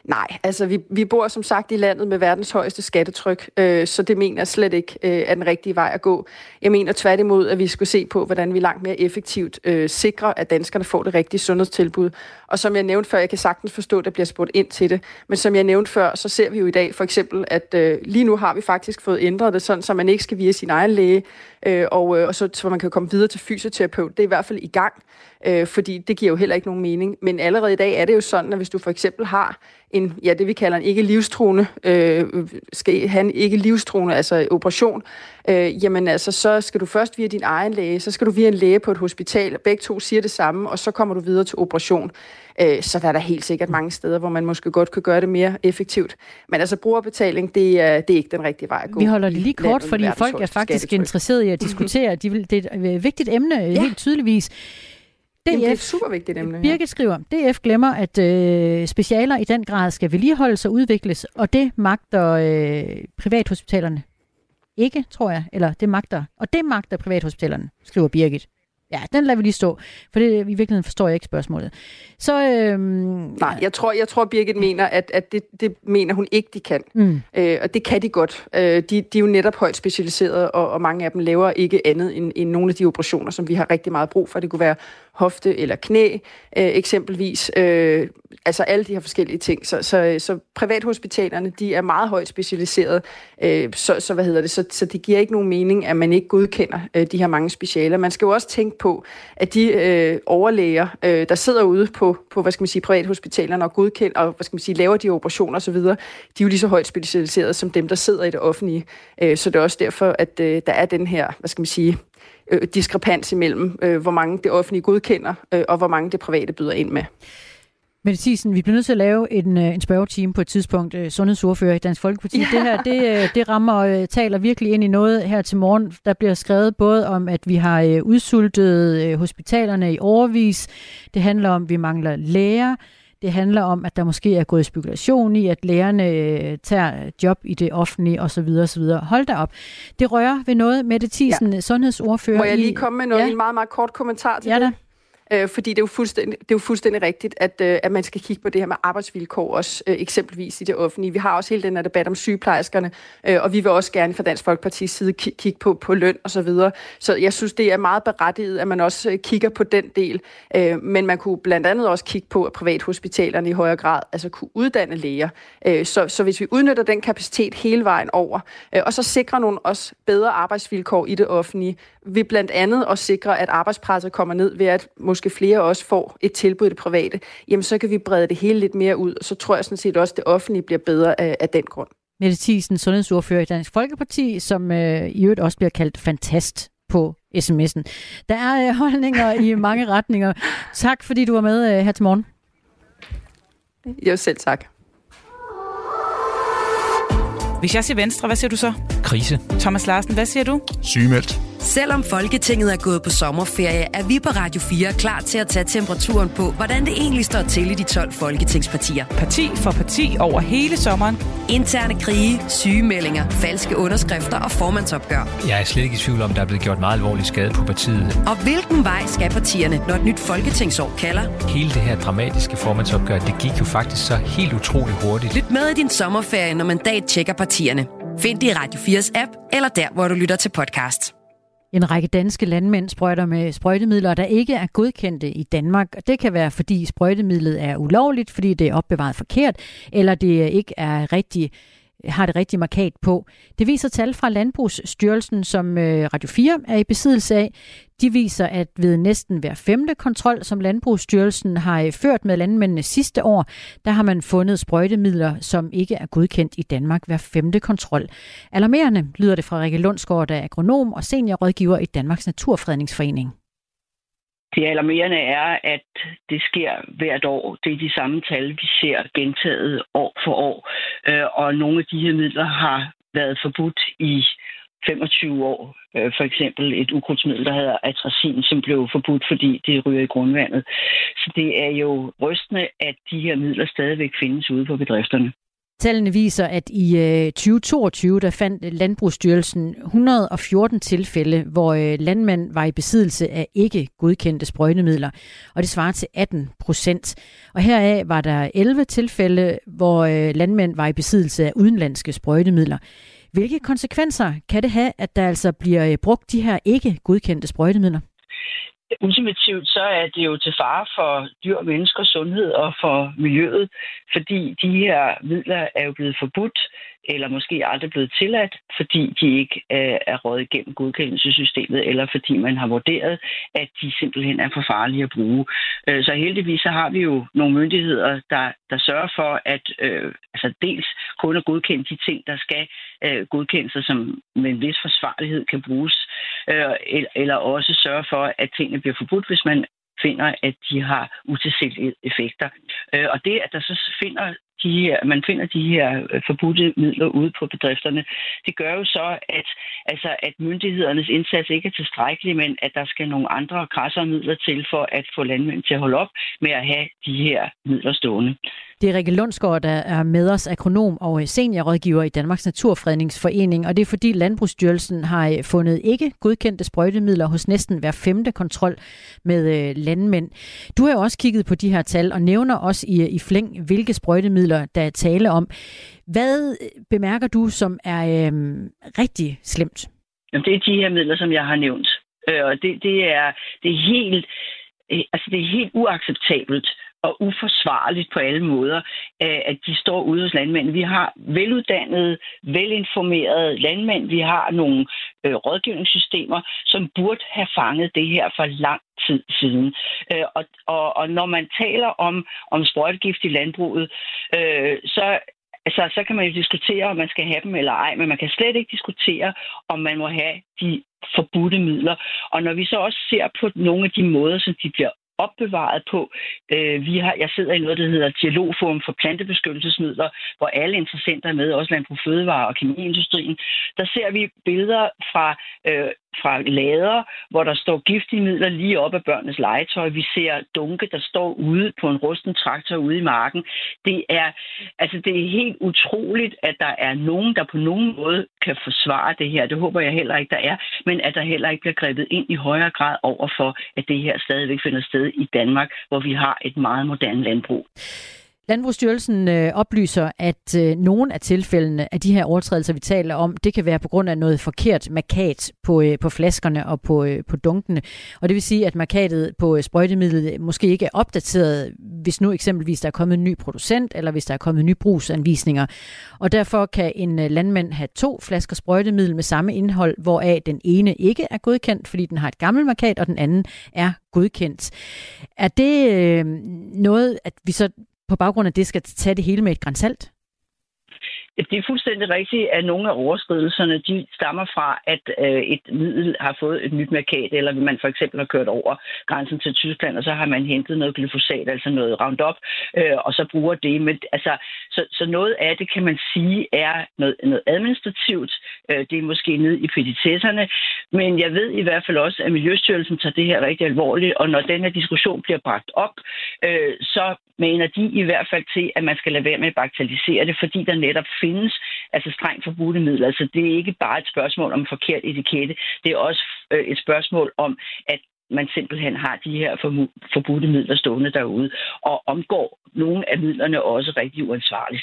Nej, altså vi bor som sagt i landet med verdens højeste skattetryk, så det mener jeg slet ikke er den rigtige vej at gå. Jeg mener tværtimod, at vi skal se på, hvordan vi langt mere effektivt sikrer, at danskerne får det rigtige sundhedstilbud. Og som jeg nævnte før, jeg kan sagtens forstå, at der bliver spurgt ind til det, men som jeg nævnte før, så ser vi jo i dag for eksempel, at lige nu har vi faktisk fået ændret det, sådan så man ikke skal via sin egen læge, og så man kan komme videre til fysioterapeut. Det er i hvert fald i gang, fordi det giver jo heller ikke nogen mening. Men allerede i dag er det jo sådan, at hvis du for eksempel har det vi kalder en ikke-livstruende, skal have en ikke-livstruende, altså operation, jamen altså, så skal du først via din egen læge, så skal du via en læge på et hospital, begge to siger det samme, og så kommer du videre til operation. Så der er der helt sikkert mange steder, hvor man måske godt kan gøre det mere effektivt. Men altså, brugerbetaling, det er ikke den rigtige vej at gå. Vi holder det lige kort, fordi folk er faktisk interesserede i at diskutere. Det er et vigtigt emne, helt tydeligvis. Det er et super vigtigt emne. Birgit skriver, DF glemmer, at specialer i den grad skal vedligeholdes og udvikles, og det magter privathospitalerne ikke, tror jeg. Eller det magter privathospitalerne, skriver Birgit. Ja, den lader vi lige stå, for det, i virkeligheden forstår jeg ikke spørgsmålet. Så, nej, jeg tror Birgit mener, at det mener hun ikke, de kan. Og det kan de godt. De er jo netop højt specialiserede, og mange af dem laver ikke andet end nogle af de operationer, som vi har rigtig meget brug for. Det kunne være hofte eller knæ, eksempelvis. Altså alle de her forskellige ting. Så privathospitalerne, de er meget højt specialiserede. Så det giver ikke nogen mening, at man ikke godkender de her mange specialer. Man skal jo også tænke på, at de overlæger, der sidder ude på privathospitalerne og godkender og laver de operationer osv., de er jo lige så højt specialiserede som dem, der sidder i det offentlige. Så det er også derfor, at der er den her, diskrepans imellem, hvor mange det offentlige godkender, og hvor mange det private byder ind med. Mette Thiesen, vi bliver nødt til at lave en spørgetime på et tidspunkt. Sundhedsordfører i Dansk Folkeparti. Ja. Det taler virkelig ind i noget her til morgen. Der bliver skrevet både om, at vi har udsultet hospitalerne i årevis. Det handler om, at vi mangler læger. Det handler om, at der måske er gået spekulation i, at lægerne tager job i det offentlige osv. osv. Hold da op. Det rører ved noget. Mette Thiesen, sundhedsordfører. Må jeg lige komme med noget, en meget, meget kort kommentar til det? Fordi det er jo fuldstændig rigtigt, at man skal kigge på det her med arbejdsvilkår også, eksempelvis i det offentlige. Vi har også hele den her debat om sygeplejerskerne, og vi vil også gerne fra Dansk Folkepartis side kigge på løn og så videre. Så jeg synes, det er meget berettiget, at man også kigger på den del. Men man kunne blandt andet også kigge på, at privathospitalerne i højere grad kunne uddanne læger. Så hvis vi udnytter den kapacitet hele vejen over, og så sikrer nogle også bedre arbejdsvilkår i det offentlige, vil blandt andet også sikre, at arbejdspresset kommer ned ved, at måske flere også får et tilbud i det private, jamen så kan vi brede det hele lidt mere ud, og så tror jeg sådan set også, at det offentlige bliver bedre af den grund. Mette Thiesen, sundhedsordfører i Dansk Folkeparti, som i øvrigt også bliver kaldt fantast på sms'en. Der er holdninger i mange retninger. Tak, fordi du var med her til morgen. Jo, selv tak. Hvis jeg siger Venstre, hvad siger du så? Krise. Thomas Larsen, hvad siger du? Sygemeldt. Selvom Folketinget er gået på sommerferie, er vi på Radio 4 klar til at tage temperaturen på, hvordan det egentlig står til i de 12 folketingspartier. Parti for parti over hele sommeren. Interne krige, sygemeldinger, falske underskrifter og formandsopgør. Jeg er slet ikke i tvivl om, der er blevet gjort meget alvorlig skade på partiet. Og hvilken vej skal partierne, når et nyt folketingsår kalder? Hele det her dramatiske formandsopgør, det gik jo faktisk så helt utroligt hurtigt. Lyt med i din sommerferie, når Mandat tjekker partierne. Find det i Radio 4's app, eller der, hvor du lytter til podcast. En række danske landmænd sprøjter med sprøjtemidler, der ikke er godkendte i Danmark. Det kan være, fordi sprøjtemidlet er ulovligt, fordi det er opbevaret forkert, eller det ikke er har det rigtige markat på. Det viser tal fra Landbrugsstyrelsen, som Radio 4 er i besiddelse af. De viser, at ved næsten hver 5. kontrol, som Landbrugsstyrelsen har ført med landmændene sidste år, der har man fundet sprøjtemidler, som ikke er godkendt i Danmark hver 5. kontrol. Alarmerende lyder det fra Rikke Lundsgaard, der er agronom og seniorrådgiver i Danmarks Naturfredningsforening. Det alarmerende er, at det sker hvert år. Det er de samme tal, vi ser gentaget år for år. Og nogle af de her midler har været forbudt i 25 år. For eksempel et ukrudtsmiddel, der hedder atracin, som blev forbudt, fordi det ryger i grundvandet. Så det er jo rystende, at de her midler stadigvæk findes ude på bedrifterne. Tallene viser, at i 2022 der fandt Landbrugsstyrelsen 114 tilfælde, hvor landmænd var i besiddelse af ikke godkendte sprøjtemidler, og det svarer til 18%. Og heraf var der 11 tilfælde, hvor landmænd var i besiddelse af udenlandske sprøjtemidler. Hvilke konsekvenser kan det have, at der altså bliver brugt de her ikke godkendte sprøjtemidler? Ultimativt så er det jo til fare for dyr og menneskers sundhed og for miljøet, fordi de her midler er jo blevet forbudt, eller måske aldrig blevet tilladt, fordi de ikke er røget igennem godkendelsessystemet, eller fordi man har vurderet, at de simpelthen er for farlige at bruge. Så heldigvis så har vi jo nogle myndigheder, der sørger for, at dels kun at godkende de ting, der skal godkendes, som med en vis forsvarlighed kan bruges, eller også sørge for, at tingene bliver forbudt, hvis man finder, at de har utilsigtede effekter. Og det, at der så man finder de her forbudte midler ude på bedrifterne, det gør jo så, at myndighedernes indsats ikke er tilstrækkelig, men at der skal nogle andre krassere midler til for at få landmænd til at holde op med at have de her midler stående. Det er Rikke Lundsgaard, der er med os, agronom og seniorrådgiver i Danmarks Naturfredningsforening, og det er fordi Landbrugsstyrelsen har fundet ikke godkendte sprøjtemidler hos næsten hver 5. kontrol med landmænd. Du har jo også kigget på de her tal og nævner også i flæng, hvilke sprøjtemidler der er tale om. Hvad bemærker du, som er rigtig slemt? Jamen, det er de her midler, som jeg har nævnt. Og det er helt uacceptabelt og uforsvarligt på alle måder, at de står ude hos landmænd. Vi har veluddannede, velinformerede landmænd. Vi har nogle rådgivningssystemer, som burde have fanget det her for lang tid siden. Og når man taler om sprøjtegift i landbruget, så kan man jo diskutere, om man skal have dem eller ej, men man kan slet ikke diskutere, om man må have de forbudte midler. Og når vi så også ser på nogle af de måder, som de bliver opbevaret på. Jeg sidder i noget, der hedder Dialogforum for plantebeskyttelsesmidler, hvor alle interessenter er med, også Landbrug Fødevare og kemiindustrien. Der ser vi billeder fra lader, hvor der står giftige midler lige op af børnenes legetøj. Vi ser dunke, der står ude på en rusten traktor ude i marken. Det er helt utroligt, at der er nogen, der på nogen måde kan forsvare det her. Det håber jeg heller ikke, der er, men at der heller ikke bliver grebet ind i højere grad over for, at det her stadigvæk finder sted i Danmark, hvor vi har et meget moderne landbrug. Landbrugsstyrelsen oplyser, at nogle af tilfældene af de her overtrædelser, vi taler om, det kan være på grund af noget forkert markat på flaskerne og på dunkene. Og det vil sige, at markatet på sprøjtemidlet måske ikke er opdateret, hvis nu eksempelvis der er kommet en ny producent, eller hvis der er kommet nye brugsanvisninger. Og derfor kan en landmand have 2 flasker sprøjtemiddel med samme indhold, hvoraf den ene ikke er godkendt, fordi den har et gammelt markat, og den anden er godkendt. Er det noget, at vi så på baggrund af det skal tage det hele med et gran salt? Det er fuldstændig rigtigt, at nogle af overskridelserne, de stammer fra, at et middel har fået et nyt markat, eller man for eksempel har kørt over grænsen til Tyskland, og så har man hentet noget glyfosat, altså noget Roundup, og så bruger det. Men så noget af det, kan man sige, er noget administrativt. Det er måske ned i petitesserne, men jeg ved i hvert fald også, at Miljøstyrelsen tager det her rigtig alvorligt, og når den her diskussion bliver bragt op, så mener de i hvert fald til, at man skal lade være med at bagatellisere det, fordi der netop findes strengt forbudte midler. Altså det er ikke bare et spørgsmål om forkert etikette, det er også et spørgsmål om, at man simpelthen har de her forbudte midler stående derude, og omgår nogle af midlerne også rigtig uansvarligt.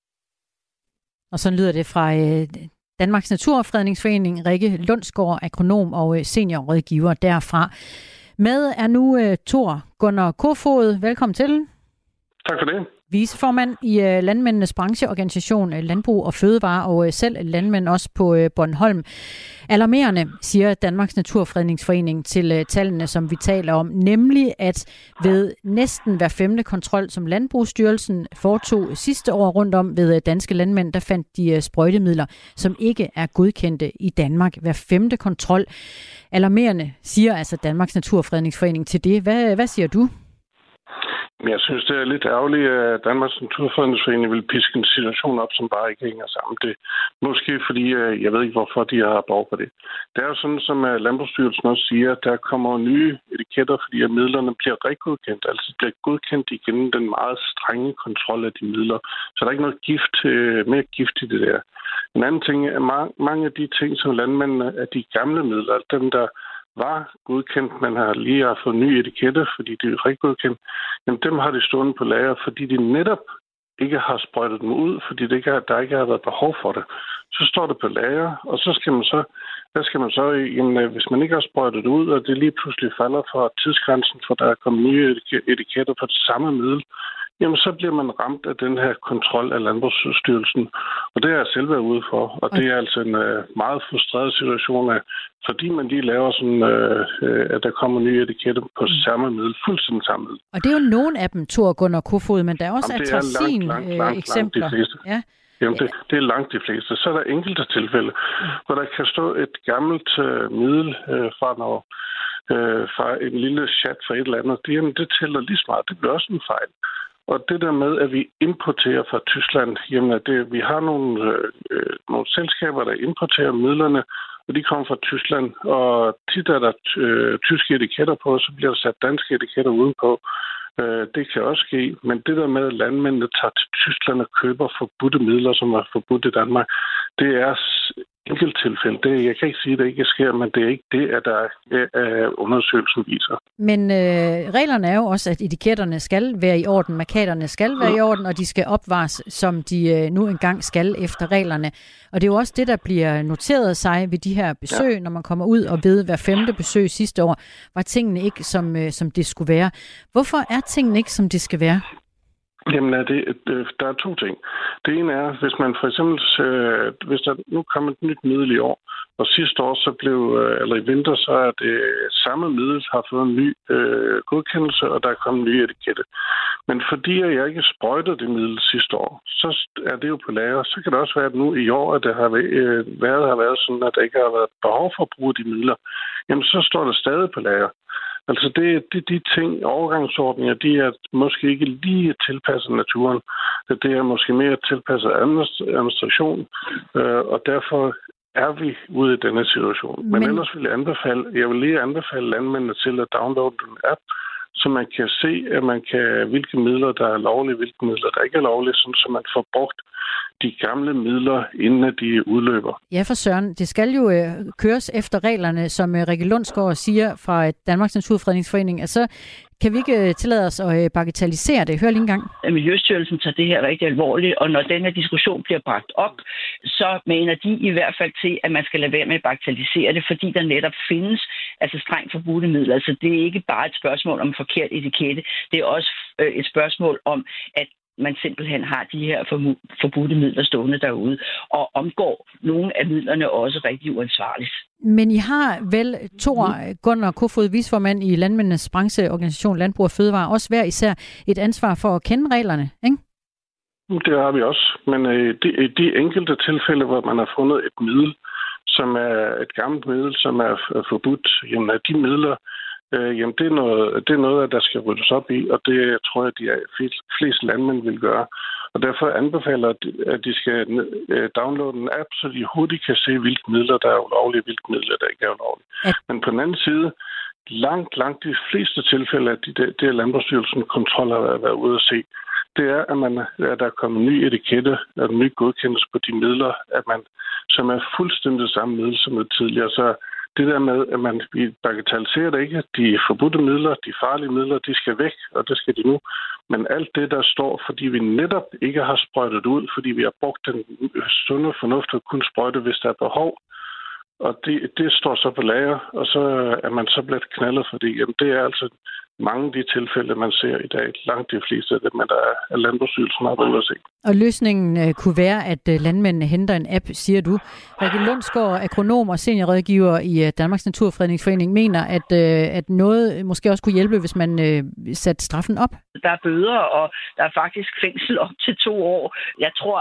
Og sådan lyder det fra Danmarks Naturfredningsforening, Rikke Lundsgaard, agronom og seniorrådgiver derfra. Med er nu Thor Gunnar Kofod. Velkommen til. Tak for det. Viceformand i Landmændenes brancheorganisation Landbrug og Fødevare, og selv landmænd også på Bornholm. Alarmerende, siger Danmarks Naturfredningsforening til tallene, som vi taler om, nemlig at ved næsten hver 5. kontrol, som Landbrugsstyrelsen foretog sidste år rundt om ved danske landmænd, der fandt de sprøjtemidler, som ikke er godkendte i Danmark. Hver 5. kontrol. Alarmerende, siger altså Danmarks Naturfredningsforening til det. Hvad siger du? Jeg synes, det er lidt ærgerligt, at Danmarks Naturfredningsforening vil piske en situation op, som bare ikke hænger sammen. Det måske fordi, jeg ved ikke, hvorfor de har behov for det. Det er jo sådan, som Landbrugsstyrelsen også siger, at der kommer nye etiketter, fordi at midlerne bliver regodkendt. Altså bliver godkendt igennem den meget strenge kontrol af de midler. Så der er ikke noget mere gift i det der. En anden ting er, mange af de ting, som landmændene af de gamle midler, dem der var godkendt, man har lige fået nye etiketter, fordi de er rigtig godkendt, jamen dem har de stående på lager, fordi de netop ikke har sprøjtet dem ud, fordi der ikke har været behov for det. Så står det på lager, og så skal man så, hvis man ikke har sprøjtet det ud, og det lige pludselig falder fra tidsgrænsen, for der er kommet nye etiketter på det samme middel, jamen så bliver man ramt af den her kontrol af Landbrugsstyrelsen. Og det har jeg selv været ude for. Og det er altså en meget frustreret situation, fordi man lige laver sådan, at der kommer nye etiketter på samme middel, fuldstændig samme middel. Og det er jo nogle af dem, Thor Gunnar Kofod, men der er også atrazin-eksempler. Ja. Jamen, det er langt de fleste. Så er der enkelte tilfælde, hvor der kan stå et gammelt middel fra en lille chat fra et eller andet. Jamen, det tæller lige smart. Det bliver også en fejl. Og det der med, at vi importerer fra Tyskland, jamen vi har nogle selskaber, der importerer midlerne, og de kommer fra Tyskland. Og tit er der tyske etiketter på, så bliver der sat danske etiketter udenpå. Det kan også ske, men det der med, at landmændene tager til Tyskland og køber forbudte midler, som er forbudt i Danmark, det er enkelt tilfælde. Jeg kan ikke sige, at det ikke sker, men det er ikke det, at der undersøgelsen viser. Men reglerne er jo også, at etiketterne skal være i orden, markaterne skal være i orden, og de skal opvares, som de nu engang skal efter reglerne. Og det er jo også det, der bliver noteret sig ved de her besøg, når man kommer ud og ved hver 5. besøg sidste år, var tingene ikke, som det skulle være. Hvorfor er tingene ikke, som det skal være? Jamen, der er 2 ting. Det ene er, hvis man for eksempel, hvis der nu kommer et nyt middel i år, og sidste år så eller i vinter, så er det samme middel har fået en ny godkendelse, og der er kommet nye etikette. Men fordi jeg ikke sprøjtede det middel sidste år, så er det jo på lager. Så kan det også være, at nu i år, at det har været sådan, at der ikke har været behov for at bruge de midler. Jamen, så står det stadig på lager. Altså de ting, overgangsordninger, de er måske ikke lige tilpasset naturen. Det er måske mere tilpasset administration, og derfor er vi ude i denne situation. Men ellers vil jeg lige anbefale landmændene til at downloade en app, så man kan se, at hvilke midler, der er lovlige, hvilke midler, der ikke er lovlige, så man får brugt de gamle midler, inden de udløber. Ja, for Søren, det skal jo køres efter reglerne, som Rikke Lundsgaard siger fra Danmarks Naturfredningsforening. Altså, kan vi ikke tillade os at bagatellisere det? Hør lige en gang. Miljøstyrelsen tager det her rigtig alvorligt, og når den her diskussion bliver bragt op, så mener de i hvert fald til, at man skal lade være med at bagatellisere det, fordi der netop findes strengt forbudte midler. Altså, det er ikke bare et spørgsmål om forkert etikette, det er også et spørgsmål om, at man simpelthen har de her forbudte midler stående derude, og omgår nogle af midlerne også rigtig uansvarligt. Men I har vel, Thor Gunnar Kofod, viceformand i Landmændenes brancheorganisation Landbrug og Fødevare, også hver især et ansvar for at kende reglerne, ikke? Det har vi også, men i de enkelte tilfælde, hvor man har fundet et middel, som er et gammelt middel, som er forbudt, jamen er de midler, jamen det er noget, der skal ryddes op i, og det tror jeg, de fleste landmænd vil gøre. Og derfor anbefaler at de skal downloade en app, så de hurtigt kan se, hvilke midler, der er ulovlige, hvilke midler, der ikke er ulovlige. Men på den anden side, langt de fleste tilfælde af det Landbrugsstyrelsen kontrol har været ude at se, det er, at der er kommet ny etikette og en ny godkendelse på de midler, som er fuldstændig samme middel som det tidligere. Så det der med, at man bagatelliserer det ikke, de forbudte midler, de farlige midler, de skal væk, og det skal de nu. Men alt det, der står, fordi vi netop ikke har sprøjtet ud, fordi vi har brugt den sunde fornuft at kunne sprøjte, hvis der er behov, og det står så på lager, og så er man så blevet knaldet, fordi jamen, det er altså mange af de tilfælde, man ser i dag. Langt de fleste af dem, der er Landbrugsstyrelsen har været ude at se. Og løsningen kunne være, at landmændene henter en app, siger du. Rikke Lundsgaard, agronom og seniorrådgiver i Danmarks Naturfredningsforening, mener, at noget måske også kunne hjælpe, hvis man satte straffen op. Der er bøder, og der er faktisk fængsel op til 2 år. Jeg tror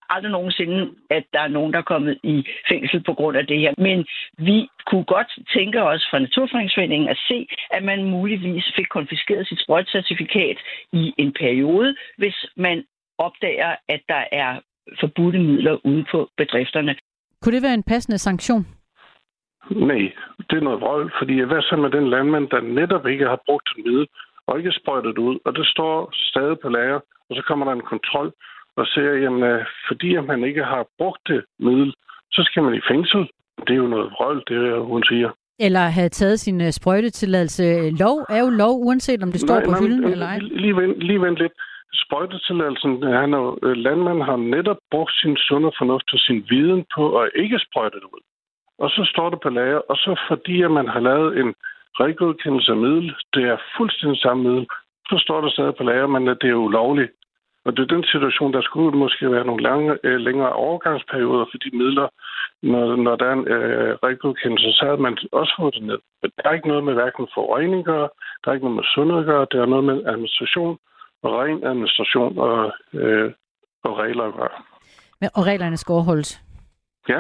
aldrig nogensinde, at der er nogen, der er kommet i fængsel på grund af det her. Men vi kunne godt tænke os fra Naturfredningsforeningen at se, at man muligvis fik konfiskeret sit sprøjtecertifikat i en periode, hvis man opdager, at der er forbudte midler ude på bedrifterne. Kunne det være en passende sanktion? Nej, det er noget vrøvl, fordi hvad så med den landmand, der netop ikke har brugt et middel og ikke sprøjtet ud, og det står stadig på lager, og så kommer der en kontrol og siger, jamen, fordi man ikke har brugt det middel, så skal man i fængsel. Det er jo noget vrøvl, det hun siger. Eller have taget sin sprøjtetilladelse. Lov er jo lov, uanset om det står på hylden eller ej. Lige vent lidt. Sprøjtetilladelsen, landmanden har netop brugt sin sunde fornuft og sin viden på at ikke sprøjte det ud. Og så står det på lager, og så fordi at man har lavet en regodkendelse af middel, det er fuldstændig samme middel, så står der stadig på lager, men at det er ulovligt. Og det er den situation, der skulle måske være nogle længere overgangsperioder for de midler. Når der er en regodkendelse, så havde man også fået det ned. Men der er ikke noget med hverken forurening at gøre, der er ikke noget med sundhed at gøre, der er noget med administration og ren administration og regler at gøre. Og reglerne skal overholdes? Ja.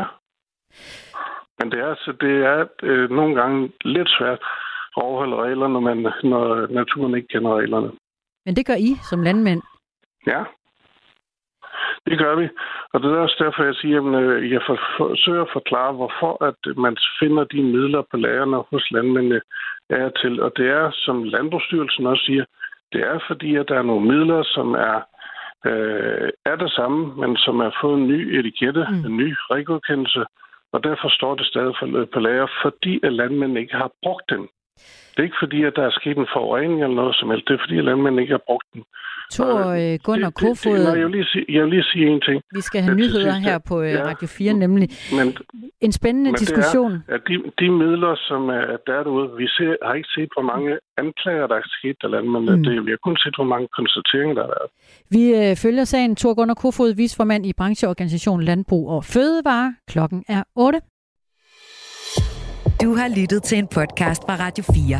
Men det er nogle gange lidt svært at overholde reglerne, når naturen ikke kender reglerne. Men det gør I som landmænd? Ja, det gør vi. Og det er også derfor, jeg siger, at jeg forsøger at forklare, hvorfor at man finder de midler på lagerne hos landmændene er til. Og det er, som Landbrugsstyrelsen også siger, det er fordi, at der er nogle midler, som er det samme, men som har fået en ny etikette, en ny regodkendelse. Og derfor står det stadig på lager, fordi at landmændene ikke har brugt den. Det er ikke fordi, at der er sket en forurening eller noget som helst. Det er fordi, at landmændene ikke har brugt den. Gunnar Kofod. Jeg vil lige sige en ting. Vi skal have nyheder her på Radio 4, nemlig. En spændende diskussion. Det er, at de midler, som er derude, har ikke set, hvor mange anklager, der er sket af landmændene. Vi har kun set, hvor mange konstateringer, der er. Vi følger sagen. Thor Gunnar Kofod, viceformand i brancheorganisationen Landbrug og Fødevare. Klokken er 8. Du har lyttet til en podcast fra Radio 4.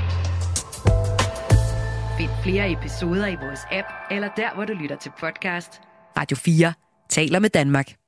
Find flere episoder i vores app, eller der, hvor du lytter til podcast. Radio 4 taler med Danmark.